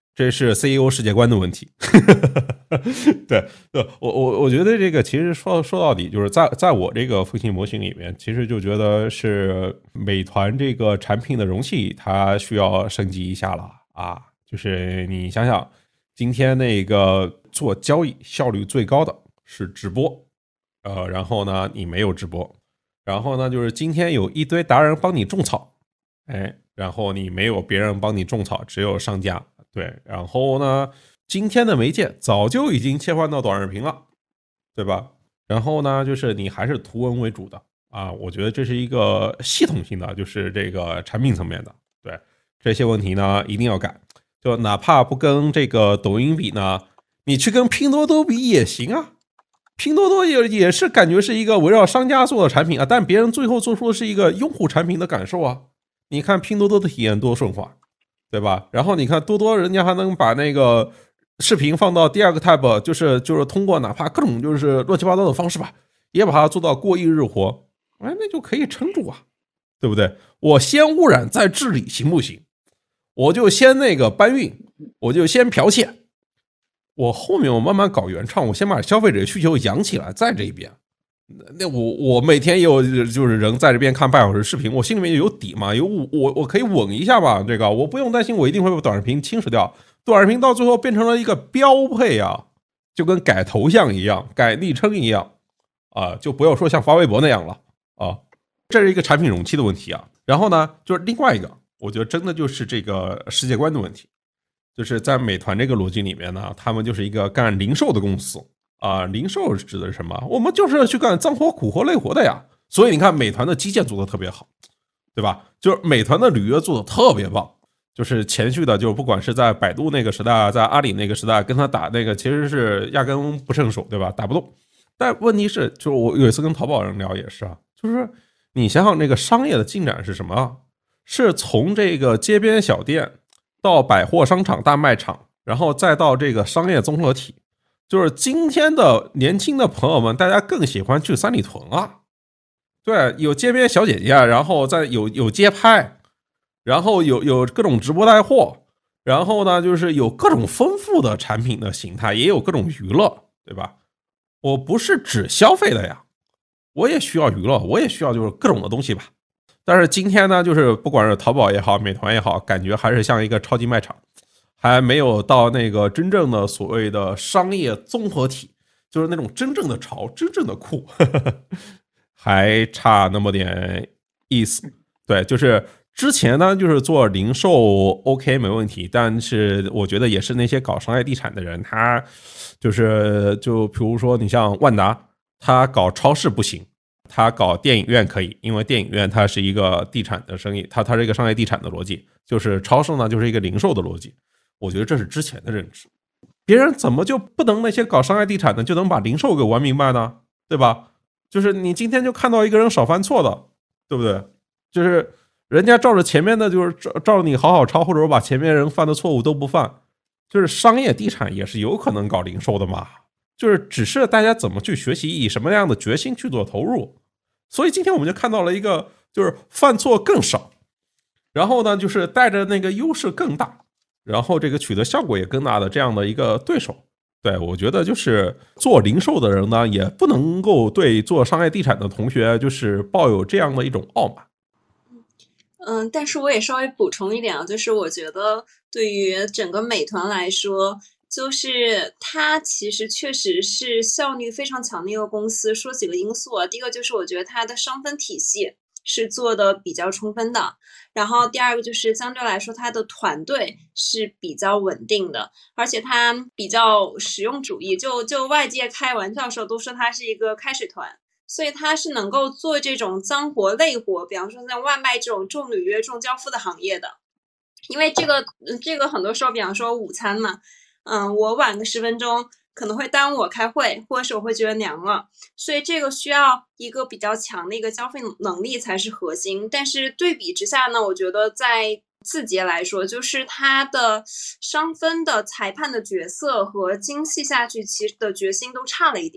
这是 C E O 世界观的问题。对对，我我我觉得这个其实说说到底，就是在在我这个分析模型里面，其实就觉得是美团这个产品的容器它需要升级一下了啊。就是你想想，今天那个做交易效率最高的是直播，呃，然后呢你没有直播，然后呢就是今天有一堆达人帮你种草，哎，然后你没有别人帮你种草，只有商家。对，然后呢，今天的媒介早就已经切换到短视频了，对吧？然后呢，就是你还是图文为主的啊，我觉得这是一个系统性的，就是这个产品层面的。对，这些问题呢一定要改，就哪怕不跟这个抖音比呢，你去跟拼多多比也行啊。拼多多也也是感觉是一个围绕商家做的产品啊，但别人最后做出的是一个用户产品的感受啊。你看拼多多的体验多顺滑，对吧？然后你看多多人家还能把那个视频放到第二个 tab， 就是就是通过哪怕各种就是乱七八糟的方式吧，也把它做到过亿日活，哎，那就可以撑住啊，对不对？我先污染再治理行不行？我就先那个搬运，我就先剽窃，我后面我慢慢搞原创，我先把消费者需求养起来，在这一边。那我我每天有就是人在这边看半小时视频，我心里面有底嘛，有我我可以稳一下吧，这个我不用担心我一定会把短视频侵蚀掉，短视频到最后变成了一个标配啊，就跟改头像一样，改昵称一样啊，就不要说像发微博那样了啊，这是一个产品容器的问题啊。然后呢，就是另外一个，我觉得真的就是这个世界观的问题，就是在美团这个逻辑里面呢，他们就是一个干零售的公司。啊，零售指的是什么？我们就是去干脏活、苦活、累活的呀。所以你看，美团的基建做的特别好，对吧？就是美团的履约做的特别棒，就是前续的，就不管是在百度那个时代，在阿里那个时代，跟他打那个其实是压根不胜手，对吧？打不动。但问题是，就是我有一次跟淘宝人聊也是啊，就是你想想那个商业的进展是什么啊？是从这个街边小店到百货商场、大卖场，然后再到这个商业综合体。就是今天的年轻的朋友们，大家更喜欢去三里屯啊，对，有街边小姐姐，然后再有有街拍，然后有有各种直播带货，然后呢，就是有各种丰富的产品的形态，也有各种娱乐，对吧？我不是只消费的呀，我也需要娱乐，我也需要就是各种的东西吧。但是今天呢，就是不管是淘宝也好，美团也好，感觉还是像一个超级卖场。还没有到那个真正的所谓的商业综合体，就是那种真正的潮、真正的酷，呵呵，还差那么点意思。对，就是之前呢，就是做零售 OK 没问题，但是我觉得也是那些搞商业地产的人，他就是就比如说你像万达，他搞超市不行，他搞电影院可以，因为电影院它是一个地产的生意，它它是一个商业地产的逻辑，就是超市呢就是一个零售的逻辑。我觉得这是之前的认知，别人怎么就不能那些搞商业地产的就能把零售给玩明白呢？对吧？就是你今天就看到一个人少犯错的，对不对？就是人家照着前面的，就是照照着你好好抄，或者说把前面人犯的错误都不犯，就是商业地产也是有可能搞零售的嘛。就是只是大家怎么去学习，以什么样的决心去做投入。所以今天我们就看到了一个，就是犯错更少，然后呢，就是带着那个优势更大。然后这个取得效果也更大的这样的一个对手。对，我觉得就是做零售的人呢，也不能够对做商业地产的同学就是抱有这样的一种傲慢。 嗯，但是我也稍微补充一点啊，就是我觉得对于整个美团来说，就是它其实确实是效率非常强的一个公司。说几个因素啊，第一个就是我觉得它的商分体系是做的比较充分的，然后第二个就是相对来说它的团队是比较稳定的，而且它比较实用主义，就就外界开玩笑的时候都说它是一个开水团，所以它是能够做这种脏活累活，比方说像外卖这种重履约重交付的行业的。因为这个这个很多时候比方说午餐嘛，嗯，我晚个十分钟可能会耽误我开会，或者是我会觉得凉了，所以这个需要一个比较强的一个交费能力才是核心。但是对比之下呢，我觉得在字节来说，就是它的商分的裁判的角色和精细下去其实的决心都差了一点。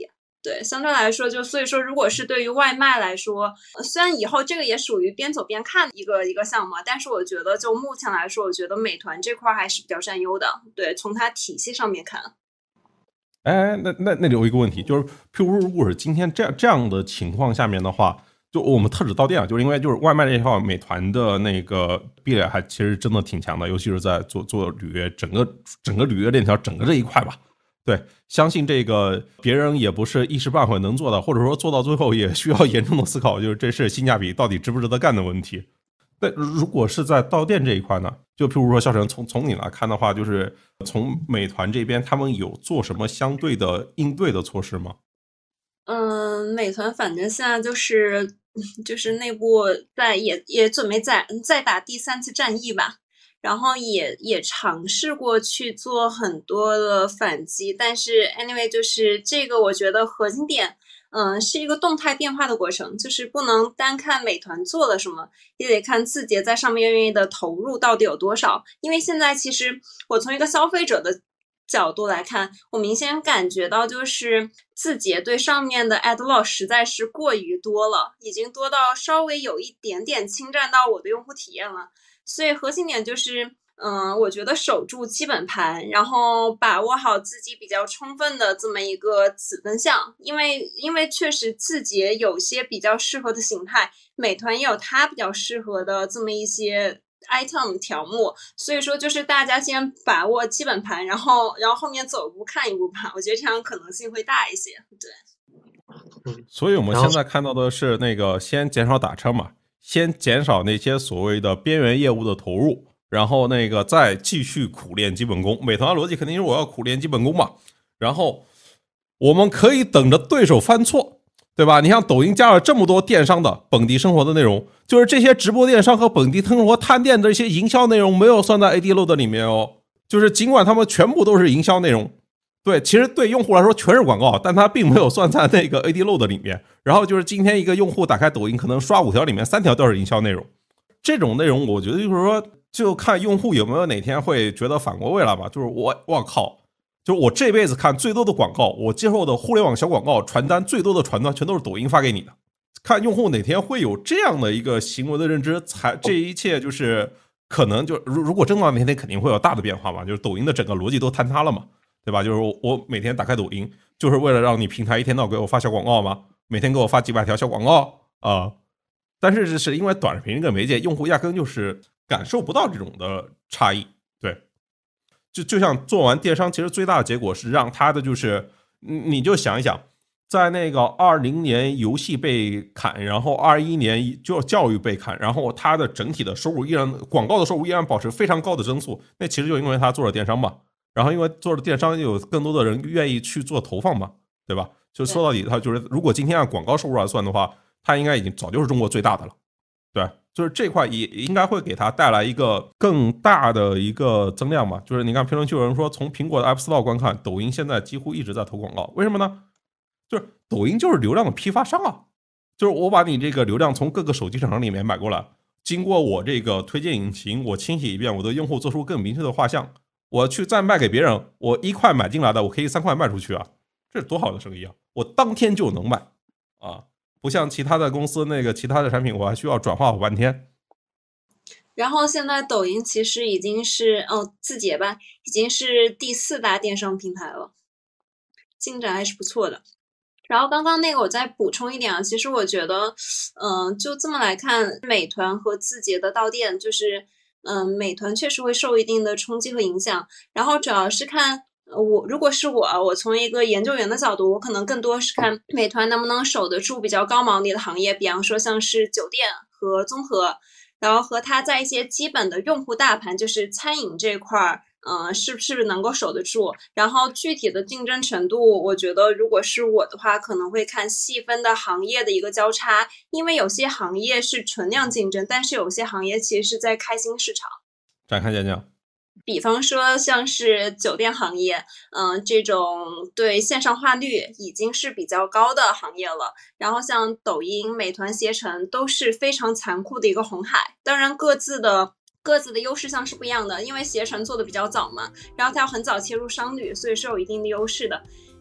对，相对来说就所以说，如果是对于外卖来说，虽然以后这个也属于边走边看一个一个项目，但是我觉得就目前来说，我觉得美团这块还是比较占优的。对，从它体系上面看。 哎，那那那有一个问题，就是譬如如果是今天这样这样的情况下面的话，就我们特指到店啊，就是因为就是外卖这一块，美团的那个壁垒还其实真的挺强的，尤其是在做做履约整个整个履约链条整个这一块吧。对，相信这个别人也不是一时半会能做的，或者说做到最后也需要严重的思考，就是这是性价比到底值不值得干的问题。那如果是在到店这一块呢，就譬如说小陈从从你来看的话，就是从美团这边他们有做什么相对的应对的措施吗？ 嗯，美团反正现在就是就是内部在也也准备再再打第三次战役吧。然后也也尝试过去做很多的反击，但是 anyway 就是这个我觉得核心点嗯，是一个动态变化的过程，就是不能单看美团做了什么，也得看字节在上面愿意的投入到底有多少。因为现在其实我从一个消费者的角度来看，我明显感觉到就是字节对上面的 ad load 实在是过于多了，已经多到稍微有一点点侵占到我的用户体验了。所以核心点就是，嗯、呃，我觉得守住基本盘，然后把握好自己比较充分的这么一个子分项，因为因为确实字节有些比较适合的形态，美团也有它比较适合的这么一些 item 条目，所以说就是大家先把握基本盘，然后然后后面走一步看一步吧，我觉得这样可能性会大一些。对， 所以我们现在看到的是那个先减少打车嘛。先减少那些所谓的边缘业务的投入，然后那个再继续苦练基本功。美团的逻辑肯定是我要苦练基本功嘛，然后我们可以等着对手犯错，对吧？你像抖音加了这么多电商的本地生活的内容，就是这些直播电商和本地生活探店的一些营销内容没有算在 A D load 里面哦，就是尽管他们全部都是营销内容。对，其实对用户来说全是广告，但它并没有算在那个 A D load 里面。然后就是今天一个用户打开抖音，可能刷五条里面三条都是营销内容。这种内容，我觉得就是说，就看用户有没有哪天会觉得反过味了吧。就是我，我靠，就是我这辈子看最多的广告，我接受的互联网小广告传单最多的传单，全都是抖音发给你的。看用户哪天会有这样的一个行为的认知，才这一切就是可能就如如果真的那天肯定会有大的变化嘛。就是抖音的整个逻辑都坍塌了嘛。对吧？就是我每天打开抖音，就是为了让你平台一天到晚给我发小广告吗？每天给我发几百条小广告啊、呃！但是是因为短视频这个媒介，用户压根就是感受不到这种的差异。对，就就像做完电商，其实最大的结果是让他的就是，你就想一想，在那个二零年游戏被砍，然后二一年就教育被砍，然后他的整体的收入依然广告的收入依然保持非常高的增速，那其实就因为他做了电商嘛。然后因为做了电商，有更多的人愿意去做投放嘛，对吧？就说到底，它就是如果今天按广告收入来算的话，它应该已经早就是中国最大的了，对，就是这块也应该会给它带来一个更大的一个增量嘛。就是你看评论区有人说，从苹果的 App Store 观看，抖音现在几乎一直在投广告，为什么呢？就是抖音就是流量的批发商啊，就是我把你这个流量从各个手机厂商里面买过来，经过我这个推荐引擎，我清洗一遍，我的用户做出更明确的画像。我去再卖给别人，我一块买进来的，我可以三块卖出去啊，这是多好的生意啊！我当天就能卖啊，不像其他的公司那个其他的产品，我还需要转化好半天。 然后现在抖音其实已经是哦字节吧，已经是第四大电商平台了，进展还是不错的。然后刚刚那个我再补充一点啊，其实我觉得，嗯、呃，就这么来看，美团和字节的到店就是。嗯，美团确实会受一定的冲击和影响，然后主要是看我，如果是我，我从一个研究员的角度，我可能更多是看美团能不能守得住比较高毛利的行业，比方说像是酒店和综合，然后和它在一些基本的用户大盘，就是餐饮这块儿。嗯，是不是能够守得住？然后具体的竞争程度，我觉得如果是我的话，可能会看细分的行业的一个交叉，因为有些行业是存量竞争，但是有些行业其实是在开新市场。 展开讲讲。 比方说像是酒店行业，嗯、呃，这种对线上化率已经是比较高的行业了。然后像抖音、美团、携程都是非常残酷的一个红海，当然各自的。各自的优势项是不一样的，因为携程做的比较早嘛，然后它要很早切入商旅，所以是有一定的优势的。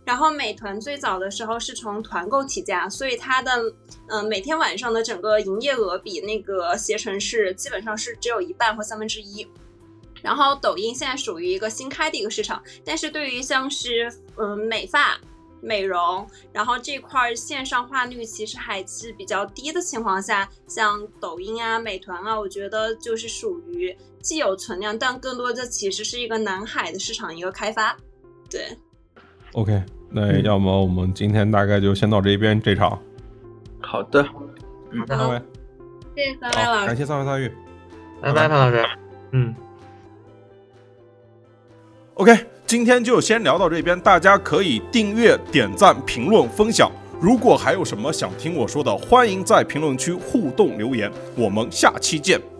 然后美团最早的时候是从团购起家，所以它的呃每天晚上的整个营业额比那个携程是基本上是只有一半或三分之一。然后抖音现在属于一个新开的一个市场，但是对于像是嗯、呃、美发、美容，然后这块线上化率其实还是比较低的情况下，像抖音啊、美团啊，我觉得就是属于既有存量，但更多的其实是一个南海的市场一个开发。对。 OK， 那要么我们今天大概就先到这边这场。 好的， 嗯， 三位， 谢谢三位老师， 感谢三位参与， 拜拜，潘老师。嗯 ，OK， 今天就先聊到这边，大家可以订阅、点赞、评论、分享。如果还有什么想听我说的，欢迎在评论区互动留言。我们下期见。